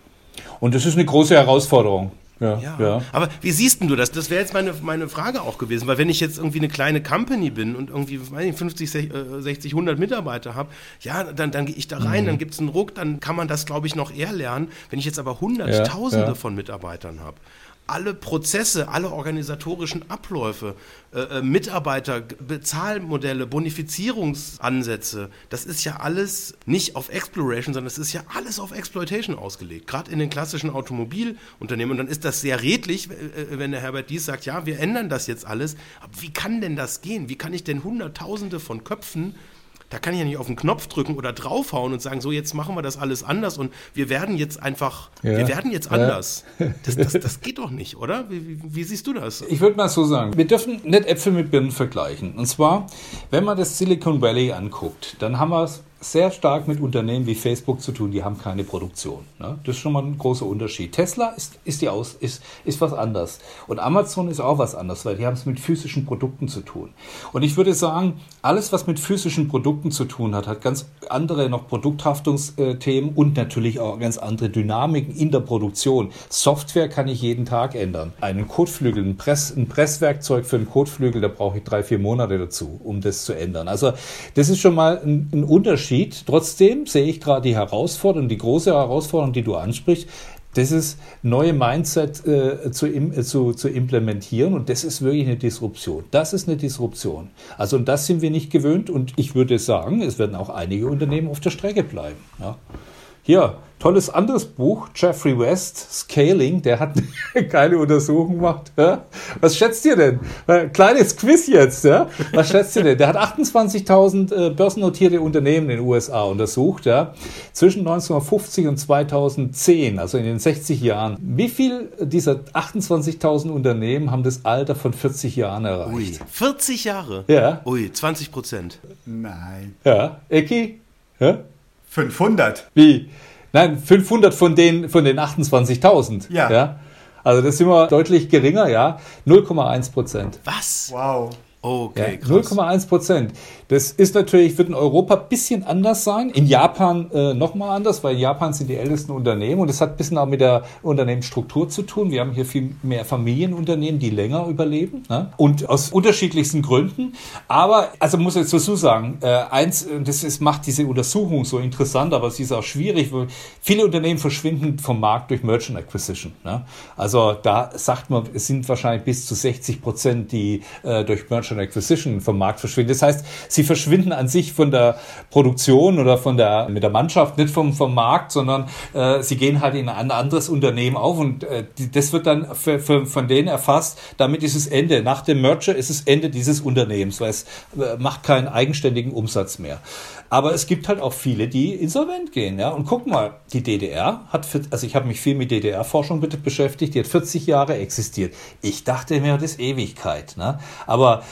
Und das ist eine große Herausforderung. Ja, ja. ja, aber wie siehst denn du das? Das wäre jetzt meine, meine Frage auch gewesen, weil wenn ich jetzt irgendwie eine kleine Company bin und irgendwie weiß nicht, fünfzig, sechzig, hundert Mitarbeiter habe, ja, dann, dann gehe ich da rein, mhm. dann gibt es einen Ruck, dann kann man das, glaube ich, noch eher lernen. Wenn ich jetzt aber Hunderttausende ja, ja. von Mitarbeitern habe, alle Prozesse, alle organisatorischen Abläufe, äh, Mitarbeiter, Bezahlmodelle, Bonifizierungsansätze, das ist ja alles nicht auf Exploration, sondern es ist ja alles auf Exploitation ausgelegt, gerade in den klassischen Automobilunternehmen. Und dann ist das sehr redlich, äh, wenn der Herbert Dies sagt, ja, wir ändern das jetzt alles. Aber wie kann denn das gehen? Wie kann ich denn Hunderttausende von Köpfen, da kann ich ja nicht auf den Knopf drücken oder draufhauen und sagen, so jetzt machen wir das alles anders und wir werden jetzt einfach, ja. wir werden jetzt anders. Ja. Das, das, das geht doch nicht, oder? Wie, wie, wie siehst du das? Ich würde mal so sagen, wir dürfen nicht Äpfel mit Birnen vergleichen. Und zwar, wenn man das Silicon Valley anguckt, dann haben wir es sehr stark mit Unternehmen wie Facebook zu tun, die haben keine Produktion. Ne? Das ist schon mal ein großer Unterschied. Tesla ist, ist, die Aus, ist, ist was anderes. Und Amazon ist auch was anderes, weil die haben es mit physischen Produkten zu tun. Und ich würde sagen, alles, was mit physischen Produkten zu tun hat, hat ganz andere noch Produkthaftungsthemen und natürlich auch ganz andere Dynamiken in der Produktion. Software kann ich jeden Tag ändern. Einen Kotflügel, ein, Press, ein Presswerkzeug für einen Kotflügel, da brauche ich drei, vier Monate dazu, um das zu ändern. Also das ist schon mal ein, ein Unterschied. Trotzdem sehe ich gerade die Herausforderung, die große Herausforderung, die du ansprichst, das ist neue Mindset äh, zu, im, zu, zu implementieren und das ist wirklich eine Disruption. Das ist eine Disruption. Also und das sind wir nicht gewöhnt und ich würde sagen, es werden auch einige Unternehmen auf der Strecke bleiben. Ja. Hier, tolles anderes Buch, Jeffrey West, Scaling, der hat eine geile Untersuchung gemacht. Ja? Was schätzt ihr denn? Kleines Quiz jetzt. Ja? Was schätzt ihr denn? Der hat achtundzwanzigtausend äh, börsennotierte Unternehmen in den U S A untersucht, ja? Zwischen neunzehnhundertfünfzig und zweitausendzehn, also in den sechzig Jahren. Wie viel dieser achtundzwanzigtausend Unternehmen haben das Alter von vierzig Jahren erreicht? Ui, vierzig Jahre? Ja. Ui, zwanzig Prozent. Nein. Ja, Ecki? Ja? fünfhundert. Wie? Nein, fünfhundert von den, von den achtundzwanzigtausend. Ja. ja. Also das sind wir deutlich geringer, ja. null Komma eins Prozent. Was? Wow. Okay, ja, krass. null Komma eins Prozent. Das ist natürlich, wird in Europa ein bisschen anders sein. In Japan äh, nochmal anders, weil in Japan sind die ältesten Unternehmen und das hat ein bisschen auch mit der Unternehmensstruktur zu tun. Wir haben hier viel mehr Familienunternehmen, die länger überleben, ne? Und aus unterschiedlichsten Gründen. Aber, also muss ich jetzt dazu sagen, äh, eins, das ist, macht diese Untersuchung so interessant, aber sie ist auch schwierig, weil viele Unternehmen verschwinden vom Markt durch Merchant Acquisition. Ne? Also da sagt man, es sind wahrscheinlich bis zu sechzig Prozent, die äh, durch Merchant Acquisition vom Markt verschwinden. Das heißt, sie verschwinden an sich von der Produktion oder von der mit der Mannschaft, nicht vom, vom Markt, sondern äh, sie gehen halt in ein anderes Unternehmen auf und äh, die, das wird dann für, für, von denen erfasst. Damit ist es Ende. Nach dem Merger ist es Ende dieses Unternehmens, weil es äh, macht keinen eigenständigen Umsatz mehr. Aber es gibt halt auch viele, die insolvent gehen. Ja? Und guck mal, die D D R hat, für, also ich habe mich viel mit D D R-Forschung beschäftigt, die hat vierzig Jahre existiert. Ich dachte mir, das ist Ewigkeit. Ne? Aber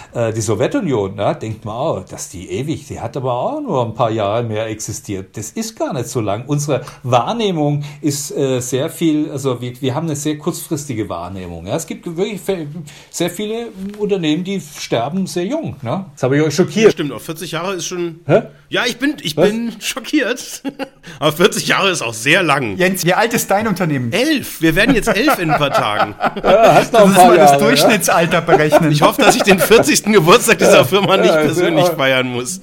äh, die Sowjetunion, ne, denkt man auch, dass die ewig, die hat aber auch nur ein paar Jahre mehr existiert. Das ist gar nicht so lang. Unsere Wahrnehmung ist äh, sehr viel, also wir, wir haben eine sehr kurzfristige Wahrnehmung. Ja. Es gibt wirklich sehr viele Unternehmen, die sterben sehr jung. Ne? Das habe ich euch schockiert. Stimmt, auch vierzig Jahre ist schon... Hä? Ja, ich bin, ich bin schockiert. Aber vierzig Jahre ist auch sehr lang. Jens, wie alt ist dein Unternehmen? Elf. Wir werden jetzt elf in ein paar Tagen. Ja, hast noch Das ein ist paar mal das Jahre, Durchschnittsalter berechnen. Ich hoffe, dass ich den vierzigsten Geburtstag dieser Firma nicht Ja, persönlich ja. feiern muss.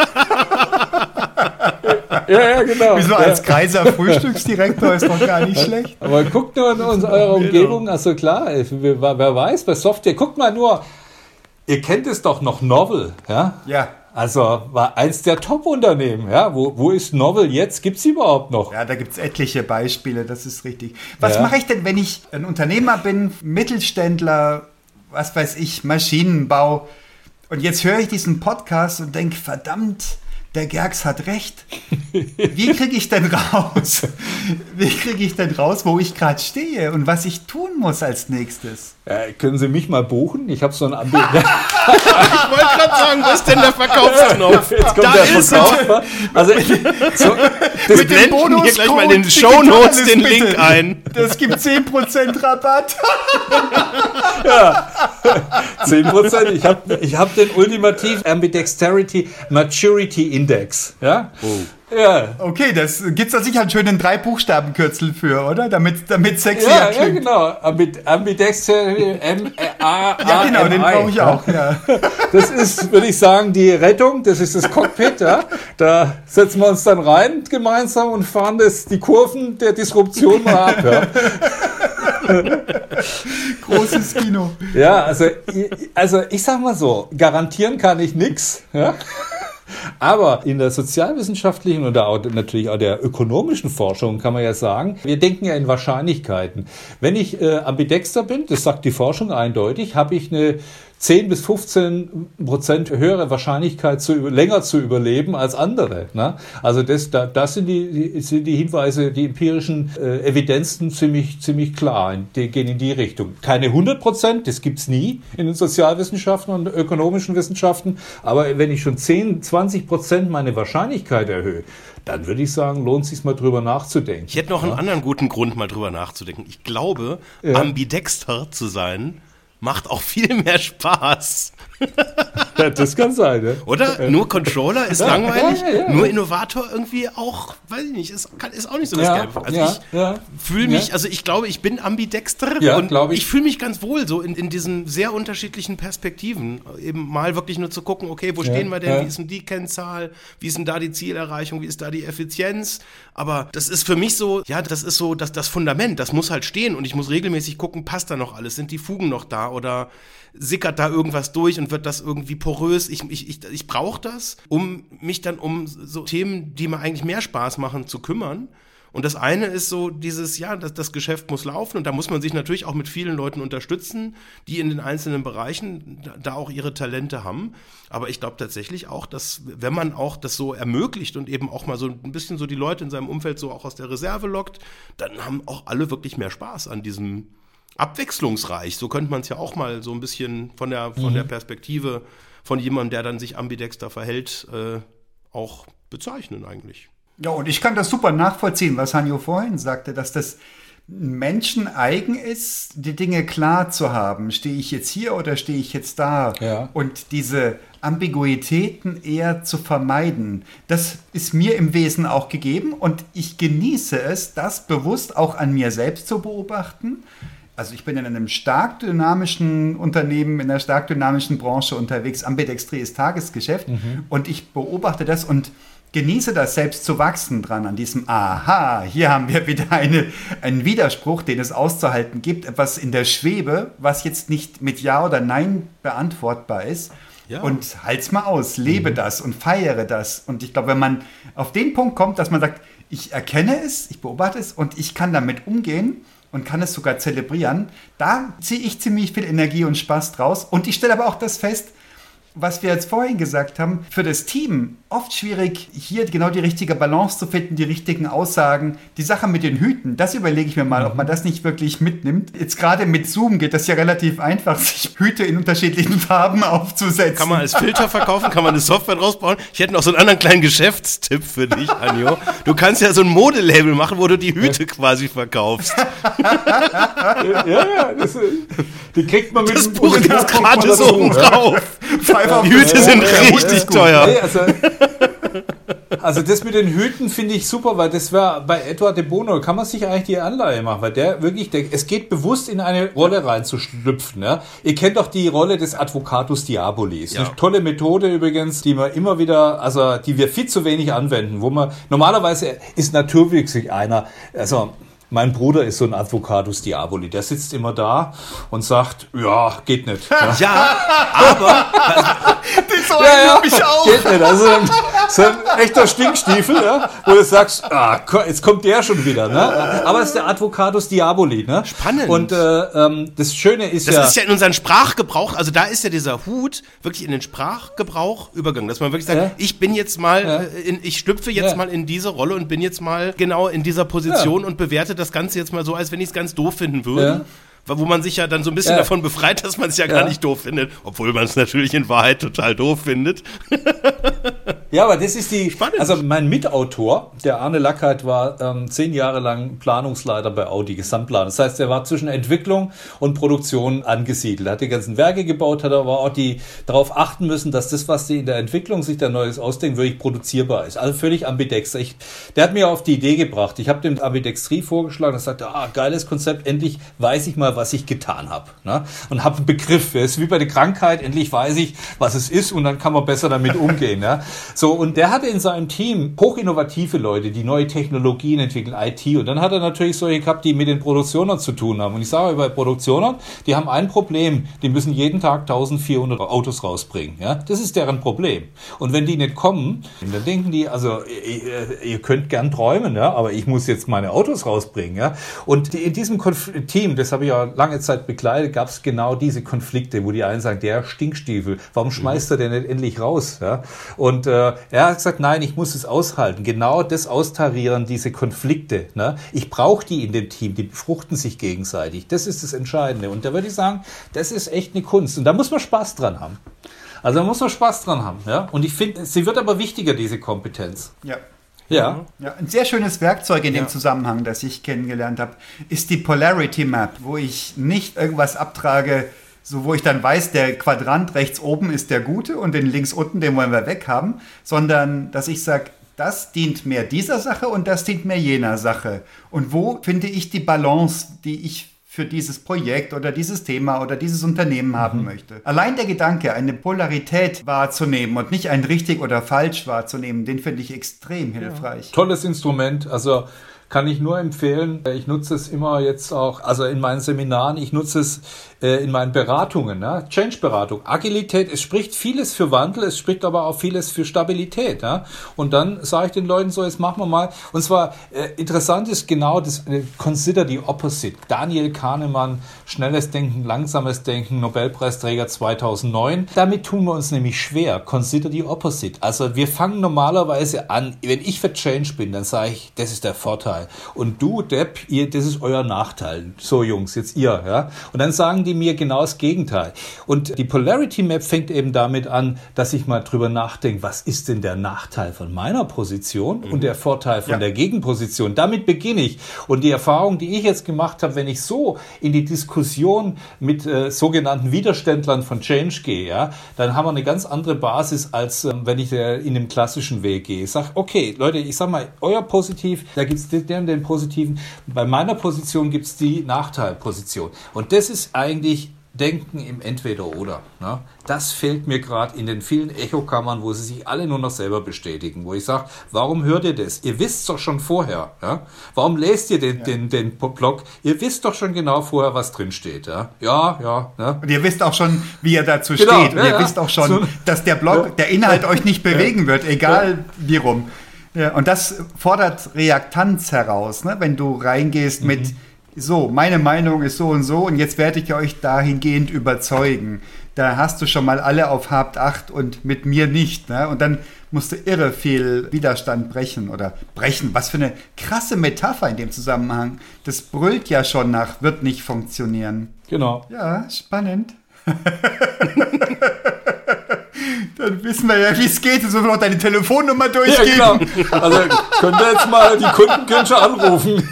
Ja, ja, genau. Wieso als Kreiser Frühstücksdirektor ist doch gar nicht schlecht. Aber guckt nur in uns, eurer Umgebung, also klar, wer, wer weiß, bei Software, guckt mal nur, ihr kennt es doch noch, Novell, ja? Ja. Also war eins der Top-Unternehmen, ja? Wo, wo ist Novell jetzt? Gibt's sie überhaupt noch? Ja, da gibt es etliche Beispiele, das ist richtig. Was Ja. mache ich denn, wenn ich ein Unternehmer bin, Mittelständler, was weiß ich, Maschinenbau, und jetzt höre ich diesen Podcast und denke, verdammt, der Gerx hat recht. Wie kriege ich denn raus? Wie kriege ich denn raus, wo ich gerade stehe und was ich tun muss als nächstes? Äh, können Sie mich mal buchen? Ich habe so ein Anbieter. Ich wollte gerade sagen, wo ist denn der Verkaufsknopf? Jetzt kommt Da der ist Verkauf. Also, so, das Wir blenden hier gleich mal in den Shownotes den Link ein. Das gibt zehn Prozent Rabatt. zehn Prozent. Ich habe ich hab den Ultimativ Ambidexterity Maturity Index. Ja? Ja. Okay, das gibt's da sicher einen schönen Drei-Buchstaben-Kürzel für, oder? Damit, damit sexy Ja, ja, klingt. genau. Ambid Ambidexterity M A A Ja, genau, den brauche ich auch. Ja. Das ist, würde ich sagen, die Rettung. Das ist das Cockpit. Ja? Da setzen wir uns dann rein gemeinsam und fahren das, die Kurven der Disruption mal ab. Ja? Großes Kino. Ja, also, also ich sag mal so, garantieren kann ich nix. Ja? Aber in der sozialwissenschaftlichen oder auch natürlich auch der ökonomischen Forschung kann man ja sagen, wir denken ja in Wahrscheinlichkeiten. Wenn ich äh, ambidexter bin, das sagt die Forschung eindeutig, habe ich eine zehn bis fünfzehn Prozent höhere Wahrscheinlichkeit, zu, länger zu überleben als andere. Ne? Also das, da, das sind die, die, sind die Hinweise, die empirischen äh, Evidenzen ziemlich, ziemlich klar, die gehen in die Richtung. Keine hundert Prozent, das gibt's nie in den Sozialwissenschaften und ökonomischen Wissenschaften, aber wenn ich schon zehn, zwanzig Prozent meine Wahrscheinlichkeit erhöhe, dann würde ich sagen, lohnt es sich mal drüber nachzudenken. Ich hätte noch einen anderen guten Grund, mal drüber nachzudenken. Ich glaube, Ja. ambidexter zu sein, macht auch viel mehr Spaß. Ja, das kann sein, ne? Oder? Nur Controller ist Ja, langweilig, ja, ja, ja. nur Innovator irgendwie auch, weiß ich nicht, ist, kann, ist auch nicht so das Ja, Gelbe. Also ja, ich ja. fühle mich, Ja. also ich glaube, ich bin ambidexter Ja, und glaub ich. ich fühle mich ganz wohl so in, in diesen sehr unterschiedlichen Perspektiven. Eben mal wirklich nur zu gucken, okay, wo Ja, stehen wir denn, ja. wie ist denn die Kennzahl, wie ist denn da die Zielerreichung, wie ist da die Effizienz, aber das ist für mich so, ja, das ist so das, das Fundament, das muss halt stehen und ich muss regelmäßig gucken, passt da noch alles, sind die Fugen noch da oder sickert da irgendwas durch und wird das irgendwie porös. Ich, ich, ich, ich brauche das, um mich dann um so Themen, die mir eigentlich mehr Spaß machen, zu kümmern. Und das eine ist so dieses, ja, das, das Geschäft muss laufen und da muss man sich natürlich auch mit vielen Leuten unterstützen, die in den einzelnen Bereichen da, da auch ihre Talente haben. Aber ich glaube tatsächlich auch, dass wenn man auch das so ermöglicht und eben auch mal so ein bisschen so die Leute in seinem Umfeld so auch aus der Reserve lockt, dann haben auch alle wirklich mehr Spaß an diesem abwechslungsreich. So könnte man es ja auch mal so ein bisschen von der, von mhm. der Perspektive von jemandem, der dann sich ambidexter verhält, äh, auch bezeichnen eigentlich. Ja, und ich kann das super nachvollziehen, was Hanjo vorhin sagte, dass das Menschen eigen ist, die Dinge klar zu haben. Stehe ich jetzt hier oder stehe ich jetzt da? Ja. Und diese Ambiguitäten eher zu vermeiden. Das ist mir im Wesen auch gegeben und ich genieße es, das bewusst auch an mir selbst zu beobachten. Also ich bin in einem stark dynamischen Unternehmen, in einer stark dynamischen Branche unterwegs. Ambidextrie ist Tagesgeschäft mhm. und ich beobachte das und genieße das selbst zu wachsen dran, an diesem Aha, hier haben wir wieder eine, einen Widerspruch, den es auszuhalten gibt, etwas in der Schwebe, was jetzt nicht mit Ja oder Nein beantwortbar ist. Ja. Und halt's mal aus, lebe mhm. das und feiere das. Und ich glaube, wenn man auf den Punkt kommt, dass man sagt, ich erkenne es, ich beobachte es und ich kann damit umgehen und kann es sogar zelebrieren, da ziehe ich ziemlich viel Energie und Spaß draus. Und ich stelle aber auch das fest, was wir jetzt vorhin gesagt haben, für das Team oft schwierig, hier genau die richtige Balance zu finden, die richtigen Aussagen. Die Sache mit den Hüten, das überlege ich mir mal, mhm. ob man das nicht wirklich mitnimmt. Jetzt gerade mit Zoom geht das ja relativ einfach, sich Hüte in unterschiedlichen Farben aufzusetzen. Kann man als Filter verkaufen, kann man eine Software draus bauen. Ich hätte noch so einen anderen kleinen Geschäftstipp für dich, Anjo. Du kannst ja so ein Modelabel machen, wo du die Hüte quasi verkaufst. ja, ja, das, die kriegt man mit das Buch ist gerade so oben drauf. Die Hüte sind richtig teuer. Nee, also, also das mit den Hüten finde ich super, weil das war bei Edward de Bono, kann man sich eigentlich die Anleihe machen, weil der wirklich, der, es geht bewusst in eine Rolle reinzuschlüpfen. Ja? Ihr kennt doch die Rolle des Advocatus Diaboli. Ist ja. eine tolle Methode übrigens, die man immer wieder, also die wir viel zu wenig anwenden, wo man, normalerweise ist naturwüchsig einer, also mein Bruder ist so ein Advocatus Diaboli. Der sitzt immer da und sagt, ja, geht nicht. Ja, ja aber... das soll ja, ja, mich auch. Geht nicht. Also so ein echter Stinkstiefel, ja, wo du sagst, ah, jetzt kommt der schon wieder. Ne? Aber es ist der Advocatus Diaboli. Ne? Spannend. Und äh, ähm, das Schöne ist das ja... Das ist ja in unseren Sprachgebrauch, also da ist ja dieser Hut wirklich in den Sprachgebrauch übergegangen. Dass man wirklich sagt, ja. ich bin jetzt mal, ja. in, ich schlüpfe jetzt ja. mal in diese Rolle und bin jetzt mal genau in dieser Position ja. und bewerte das Ganze jetzt mal so, als wenn ich es ganz doof finden würde. Ja. Wo man sich ja dann so ein bisschen ja. davon befreit, dass man es ja, ja gar nicht doof findet. Obwohl man es natürlich in Wahrheit total doof findet. Ja, aber das ist die... Spannend. Also mein Mitautor, der Arne Lackheit, war ähm, zehn Jahre lang Planungsleiter bei Audi, Gesamtplan. Das heißt, er war zwischen Entwicklung und Produktion angesiedelt. Er hat die ganzen Werke gebaut, hat aber auch die darauf achten müssen, dass das, was die in der Entwicklung sich da Neues ausdenken, wirklich produzierbar ist. Also völlig ambidexter. Ich, der hat mir auf die Idee gebracht. Ich habe dem Ambidextrie vorgeschlagen und sagte, ah, geiles Konzept, endlich weiß ich mal, was ich getan habe. Ne? Und habe einen Begriff. Es ist wie bei der Krankheit, endlich weiß ich, was es ist und dann kann man besser damit umgehen. Ja? So, und der hatte in seinem Team hochinnovative Leute, die neue Technologien entwickeln, I T. Und dann hat er natürlich solche gehabt, die mit den Produktionern zu tun haben. Und ich sage bei Produktionern, die haben ein Problem. Die müssen jeden Tag eintausendvierhundert Autos rausbringen. Ja? Das ist deren Problem. Und wenn die nicht kommen, dann denken die, also ihr, ihr könnt gern träumen, ja? aber ich muss jetzt meine Autos rausbringen. Ja? Und in diesem Konf- Team, das habe ich ja lange Zeit begleitet, gab es genau diese Konflikte, wo die einen sagen, der Stinkstiefel, warum schmeißt er den nicht endlich raus? Ja? Und äh, er hat gesagt, nein, ich muss es aushalten. Genau das austarieren, diese Konflikte. Ne? Ich brauche die in dem Team, die befruchten sich gegenseitig. Das ist das Entscheidende. Und da würde ich sagen, das ist echt eine Kunst. Und da muss man Spaß dran haben. Also da muss man Spaß dran haben. Ja? Und ich finde, sie wird aber wichtiger, diese Kompetenz. Ja. Ja. ja. Ein sehr schönes Werkzeug in dem ja. Zusammenhang, das ich kennengelernt habe, ist die Polarity Map, wo ich nicht irgendwas abtrage, so wo ich dann weiß, der Quadrant rechts oben ist der gute und den links unten, den wollen wir weghaben, sondern dass ich sage, das dient mehr dieser Sache und das dient mehr jener Sache. Und wo finde ich die Balance, die ich für dieses Projekt oder dieses Thema oder dieses Unternehmen haben mhm. möchte. Allein der Gedanke, eine Polarität wahrzunehmen und nicht ein richtig oder falsch wahrzunehmen, den finde ich extrem hilfreich. Ja. Tolles Instrument, also kann ich nur empfehlen. Ich nutze es immer jetzt auch, also in meinen Seminaren, ich nutze es äh, in meinen Beratungen, ne? Change-Beratung, Agilität, es spricht vieles für Wandel, es spricht aber auch vieles für Stabilität. Ja? Und dann sage ich den Leuten so, jetzt machen wir mal, und zwar äh, interessant ist genau das, äh, consider the opposite. Daniel Kahnemann, schnelles Denken, langsames Denken, Nobelpreisträger zweitausendneun. Damit tun wir uns nämlich schwer, consider the opposite. Also wir fangen normalerweise an, wenn ich für Change bin, dann sage ich, das ist der Vorteil. Und du, Depp, ihr, das ist euer Nachteil. So, Jungs, jetzt ihr, ja. Und dann sagen die mir genau das Gegenteil. Und die Polarity Map fängt eben damit an, dass ich mal drüber nachdenke, was ist denn der Nachteil von meiner Position mhm. und der Vorteil von ja. der Gegenposition. Damit beginne ich. Und die Erfahrung, die ich jetzt gemacht habe, wenn ich so in die Diskussion mit äh, sogenannten Widerständlern von Change gehe, ja, dann haben wir eine ganz andere Basis, als äh, wenn ich äh, in dem klassischen Weg gehe. Ich sage, okay, Leute, ich sag mal, euer Positiv, da gibt es den, den Positiven. Bei meiner Position gibt es die Nachteilposition. Und das ist eigentlich Denken im Entweder-Oder. Ne? Das fehlt mir gerade in den vielen Echokammern, wo sie sich alle nur noch selber bestätigen. Wo ich sage, warum hört ihr das? Ihr wisst doch schon vorher. Ja? Warum lest ihr den, ja. den, den Blog? Ihr wisst doch schon genau vorher, was drin steht. Ja, ja. ja ne? Und ihr wisst auch schon, wie ihr dazu genau, steht. Und ja, ihr ja. wisst auch schon, so, dass der Blog, ja. der Inhalt euch nicht bewegen ja. wird, egal ja. wie rum. Ja, und das fordert Reaktanz heraus, ne? Wenn du reingehst mhm. mit so, meine Meinung ist so und so und jetzt werde ich euch dahingehend überzeugen. Da hast du schon mal alle auf Habt acht und mit mir nicht. Ne? Und dann musst du irre viel Widerstand brechen oder brechen. Was für eine krasse Metapher in dem Zusammenhang. Das brüllt ja schon nach, wird nicht funktionieren. Genau. Ja, spannend. Dann wissen wir ja, wie es geht. Und so noch deine Telefonnummer durchgeben. Ja, genau. Also könnt ihr jetzt mal, die Kunden können schon anrufen.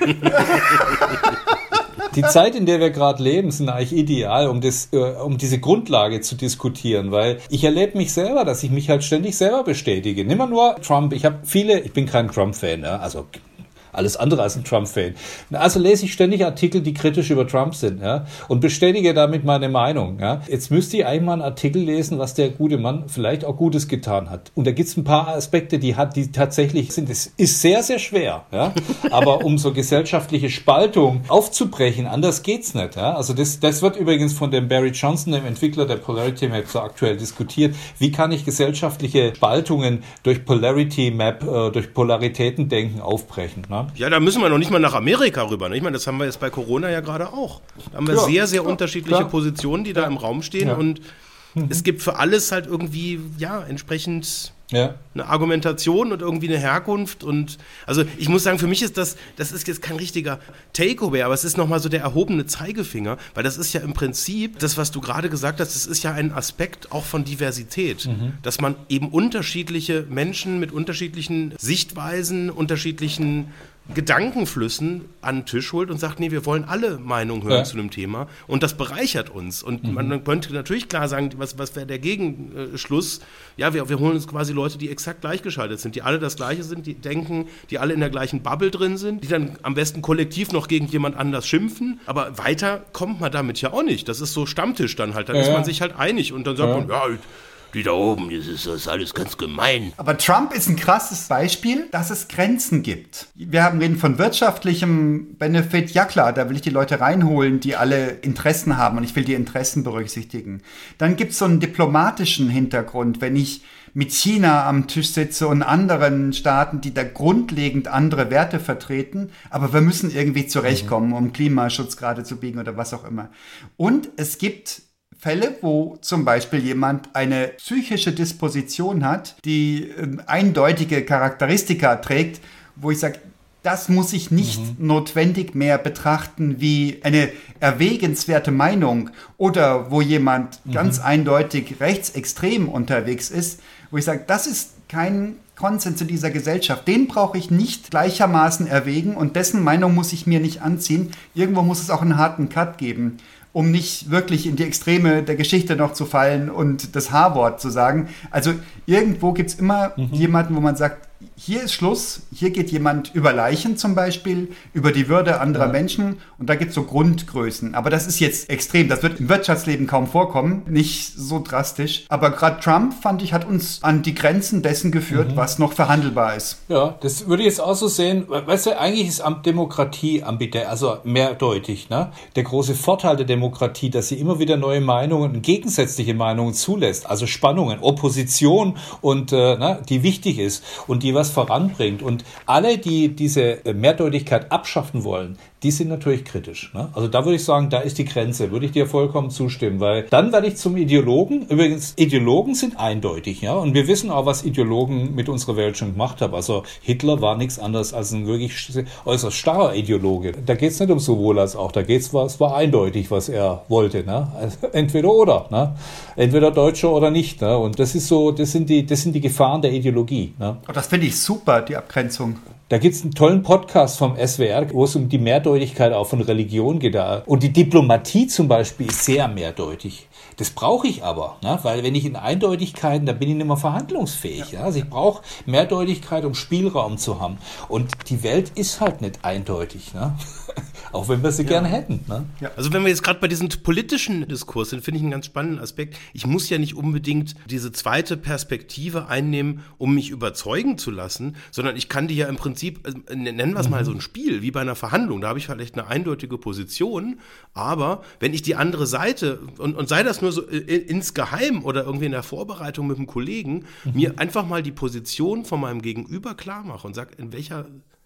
Die Zeit, in der wir gerade leben, sind eigentlich ideal, um, das, äh, um diese Grundlage zu diskutieren, weil ich erlebe mich selber, dass ich mich halt ständig selber bestätige. Nimm mal nur Trump. Ich habe viele, ich bin kein Trump-Fan, ja, also alles andere als ein Trump-Fan. Also lese ich ständig Artikel, die kritisch über Trump sind, ja, und bestätige damit meine Meinung. Ja. Jetzt müsste ich einmal einen Artikel lesen, was der gute Mann vielleicht auch Gutes getan hat. Und da gibt es ein paar Aspekte, die hat, die tatsächlich sind. Es ist sehr, sehr schwer, ja. Aber um so gesellschaftliche Spaltung aufzubrechen, anders geht's nicht. Ja. Also das, das wird übrigens von dem Barry Johnson, dem Entwickler der Polarity Map, so aktuell diskutiert. Wie kann ich gesellschaftliche Spaltungen durch Polarity Map, äh, durch Polaritätendenken aufbrechen? Ne? Ja, da müssen wir noch nicht mal nach Amerika rüber. Ne? Ich meine, das haben wir jetzt bei Corona ja gerade auch. Da haben wir ja, sehr, sehr ja, unterschiedliche klar. Positionen, die da ja. im Raum stehen. Ja. Und mhm. es gibt für alles halt irgendwie, ja, entsprechend ja. eine Argumentation und irgendwie eine Herkunft. Und also ich muss sagen, für mich ist das, das ist jetzt kein richtiger Takeaway, aber es ist nochmal so der erhobene Zeigefinger, weil das ist ja im Prinzip, das, was du gerade gesagt hast, das ist ja ein Aspekt auch von Diversität, mhm. dass man eben unterschiedliche Menschen mit unterschiedlichen Sichtweisen, unterschiedlichen Gedankenflüssen an den Tisch holt und sagt, nee, wir wollen alle Meinungen hören ja. zu einem Thema und das bereichert uns. Und mhm. man könnte natürlich klar sagen, was, was wäre der Gegenschluss? Ja, wir, wir holen uns quasi Leute, die exakt gleichgeschaltet sind, die alle das Gleiche sind, die denken, die alle in der gleichen Bubble drin sind, die dann am besten kollektiv noch gegen jemand anders schimpfen. Aber weiter kommt man damit ja auch nicht. Das ist so Stammtisch dann halt. Dann ja, ist man sich halt einig und dann sagt ja. man, ja, die da oben, das ist, das ist alles ganz gemein. Aber Trump ist ein krasses Beispiel, dass es Grenzen gibt. Wir haben reden von wirtschaftlichem Benefit. Ja klar, da will ich die Leute reinholen, die alle Interessen haben und ich will die Interessen berücksichtigen. Dann gibt es so einen diplomatischen Hintergrund, wenn ich mit China am Tisch sitze und anderen Staaten, die da grundlegend andere Werte vertreten, aber wir müssen irgendwie zurechtkommen, um Klimaschutz gerade zu biegen oder was auch immer. Und es gibt Fälle, wo zum Beispiel jemand eine psychische Disposition hat, die äh, eindeutige Charakteristika trägt, wo ich sage, das muss ich nicht mhm. notwendig mehr betrachten wie eine erwägenswerte Meinung oder wo jemand mhm. ganz eindeutig rechtsextrem unterwegs ist, wo ich sage, das ist kein Konsens in dieser Gesellschaft. Den brauche ich nicht gleichermaßen erwägen und dessen Meinung muss ich mir nicht anziehen. Irgendwo muss es auch einen harten Cut geben, um nicht wirklich in die Extreme der Geschichte noch zu fallen und das H-Wort zu sagen. Also irgendwo gibt es immer mhm. jemanden, wo man sagt, hier ist Schluss, hier geht jemand über Leichen zum Beispiel, über die Würde anderer ja. Menschen und da gibt es so Grundgrößen. Aber das ist jetzt extrem, das wird im Wirtschaftsleben kaum vorkommen, nicht so drastisch. Aber gerade Trump, fand ich, hat uns an die Grenzen dessen geführt, mhm. was noch verhandelbar ist. Ja, das würde ich jetzt auch so sehen. Weißt du, eigentlich ist Demokratie also mehrdeutig. Ne? Der große Vorteil der Demokratie, dass sie immer wieder neue Meinungen und gegensätzliche Meinungen zulässt, also Spannungen, Opposition und äh, ne, die wichtig ist und die was voranbringt. Und alle, die diese Mehrdeutigkeit abschaffen wollen, die sind natürlich kritisch. Ne? Also da würde ich sagen, da ist die Grenze, würde ich dir vollkommen zustimmen, weil dann werde ich zum Ideologen. Übrigens, Ideologen sind eindeutig, ja, und wir wissen auch, was Ideologen mit unserer Welt schon gemacht haben. Also Hitler war nichts anderes als ein wirklich äußerst starrer Ideologe. Da geht es nicht um sowohl als auch, da geht es, es war eindeutig, was er wollte. Ne? Also entweder oder, ne? Entweder Deutscher oder nicht. Ne? Und das ist so, das sind die, das sind die Gefahren der Ideologie. Ne? Oh, das finde ich super, die Abgrenzung. Da gibt es einen tollen Podcast vom S W R, wo es um die Mehrdeutigkeit auch von Religion geht. Und die Diplomatie zum Beispiel ist sehr mehrdeutig. Das brauche ich aber, ne? Weil wenn ich in Eindeutigkeiten, da bin ich nicht mehr verhandlungsfähig. Ja. Ja? Also ich brauche Mehrdeutigkeit, um Spielraum zu haben. Und die Welt ist halt nicht eindeutig, ne? Auch wenn wir sie ja. gerne hätten. Ne? Ja. Also wenn wir jetzt gerade bei diesem politischen Diskurs sind, finde ich einen ganz spannenden Aspekt. Ich muss ja nicht unbedingt diese zweite Perspektive einnehmen, um mich überzeugen zu lassen, sondern ich kann die ja im Prinzip, äh, nennen wir es mhm. mal so ein Spiel, wie bei einer Verhandlung. Da habe ich vielleicht eine eindeutige Position, aber wenn ich die andere Seite, und, und sei das nur so in, insgeheim oder irgendwie in der Vorbereitung mit einem Kollegen, mhm. mir einfach mal die Position von meinem Gegenüber klar mache und sage, in welcher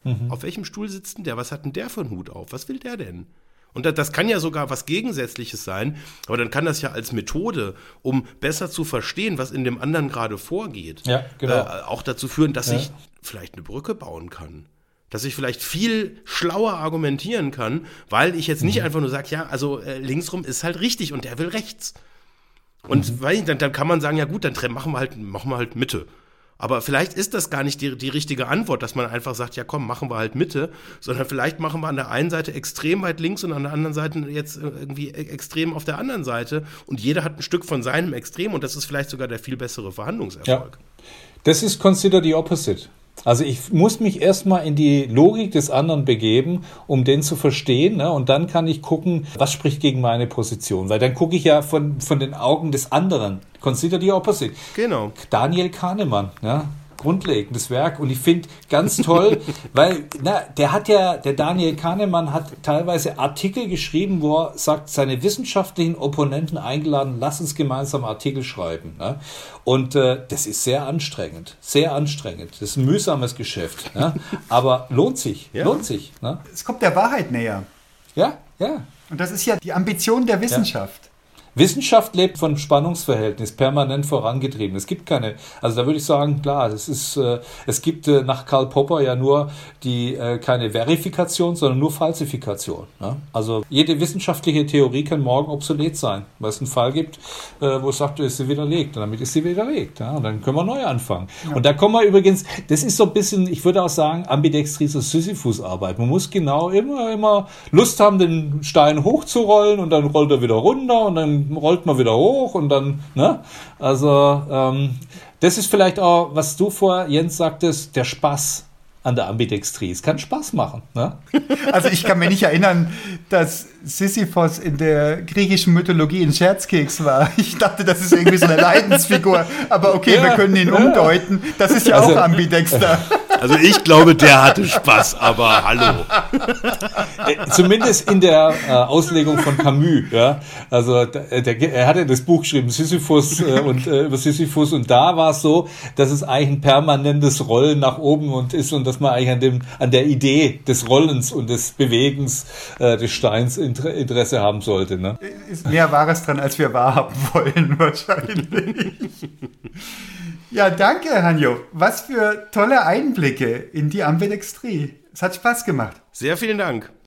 Mhm. Auf welchem Stuhl sitzt denn der? Was hat denn der für einen Hut auf? Was will der denn? Und das kann ja sogar was Gegensätzliches sein, aber dann kann das ja als Methode, um besser zu verstehen, was in dem anderen gerade vorgeht, ja, genau. äh, auch dazu führen, dass ja. ich vielleicht eine Brücke bauen kann. Dass ich vielleicht viel schlauer argumentieren kann, weil ich jetzt nicht mhm. einfach nur sage, ja, also äh, linksrum ist halt richtig und der will rechts. Und mhm. weiß ich, dann, dann kann man sagen, ja gut, dann machen wir halt, machen wir halt Mitte. Aber vielleicht ist das gar nicht die, die richtige Antwort, dass man einfach sagt, ja komm, machen wir halt Mitte, sondern vielleicht machen wir an der einen Seite extrem weit links und an der anderen Seite jetzt irgendwie extrem auf der anderen Seite und jeder hat ein Stück von seinem Extrem und das ist vielleicht sogar der viel bessere Verhandlungserfolg. Ja. Das ist consider the opposite. Also ich muss mich erstmal in die Logik des anderen begeben, um den zu verstehen, ne? Und dann kann ich gucken, was spricht gegen meine Position, weil dann gucke ich ja von, von den Augen des anderen. Consider the opposite. Genau. Daniel Kahnemann, ja, grundlegendes Werk und ich finde ganz toll, weil na, der hat ja, der Daniel Kahnemann hat teilweise Artikel geschrieben, wo er sagt, seine wissenschaftlichen Opponenten eingeladen, lass uns gemeinsam Artikel schreiben. Ne? Und äh, das ist sehr anstrengend, sehr anstrengend. Das ist ein mühsames Geschäft, ne? Aber lohnt sich, ja. lohnt sich. Ne? Es kommt der Wahrheit näher. Ja, ja. Und das ist ja die Ambition der Wissenschaft. Ja. Wissenschaft lebt von Spannungsverhältnis, permanent vorangetrieben. Es gibt keine, also da würde ich sagen, klar, es ist, äh, es gibt äh, nach Karl Popper ja nur die, äh, keine Verifikation, sondern nur Falsifikation. Ne? Also jede wissenschaftliche Theorie kann morgen obsolet sein, weil es einen Fall gibt, äh, wo es sagt, ist sie widerlegt. Und damit ist sie widerlegt. Ja? Und dann können wir neu anfangen. Ja. Und da kommen wir übrigens, das ist so ein bisschen, ich würde auch sagen, Ambidextrie ist Sisyphus-Arbeit. Man muss genau immer, immer Lust haben, den Stein hochzurollen und dann rollt er wieder runter und dann rollt man wieder hoch und dann, ne? Also, ähm, das ist vielleicht auch, was du vor Jens sagtest, der Spaß an der Ambidextrie. Es kann Spaß machen, ne? Also ich kann mir nicht erinnern, dass Sisyphos in der griechischen Mythologie ein Scherzkeks war. Ich dachte, das ist irgendwie so eine Leidensfigur. Aber okay, ja, wir können ihn ja. umdeuten. Das ist ja also, auch ambidexter. Also ich glaube, der hatte Spaß, aber hallo. Zumindest in der äh, Auslegung von Camus. Ja? Also der, der, er hatte das Buch geschrieben, Sisyphus äh, und äh, über Sisyphus. Und da war es so, dass es eigentlich ein permanentes Rollen nach oben und ist und dass man eigentlich an, dem, an der Idee des Rollens und des Bewegens äh, des Steins Interesse haben sollte. Ne? Ist mehr Wahres dran, als wir wahrhaben wollen, wahrscheinlich. Ja, danke, Hanjo. Was für tolle Einblicke in die Ambidextrie. Es hat Spaß gemacht. Sehr vielen Dank.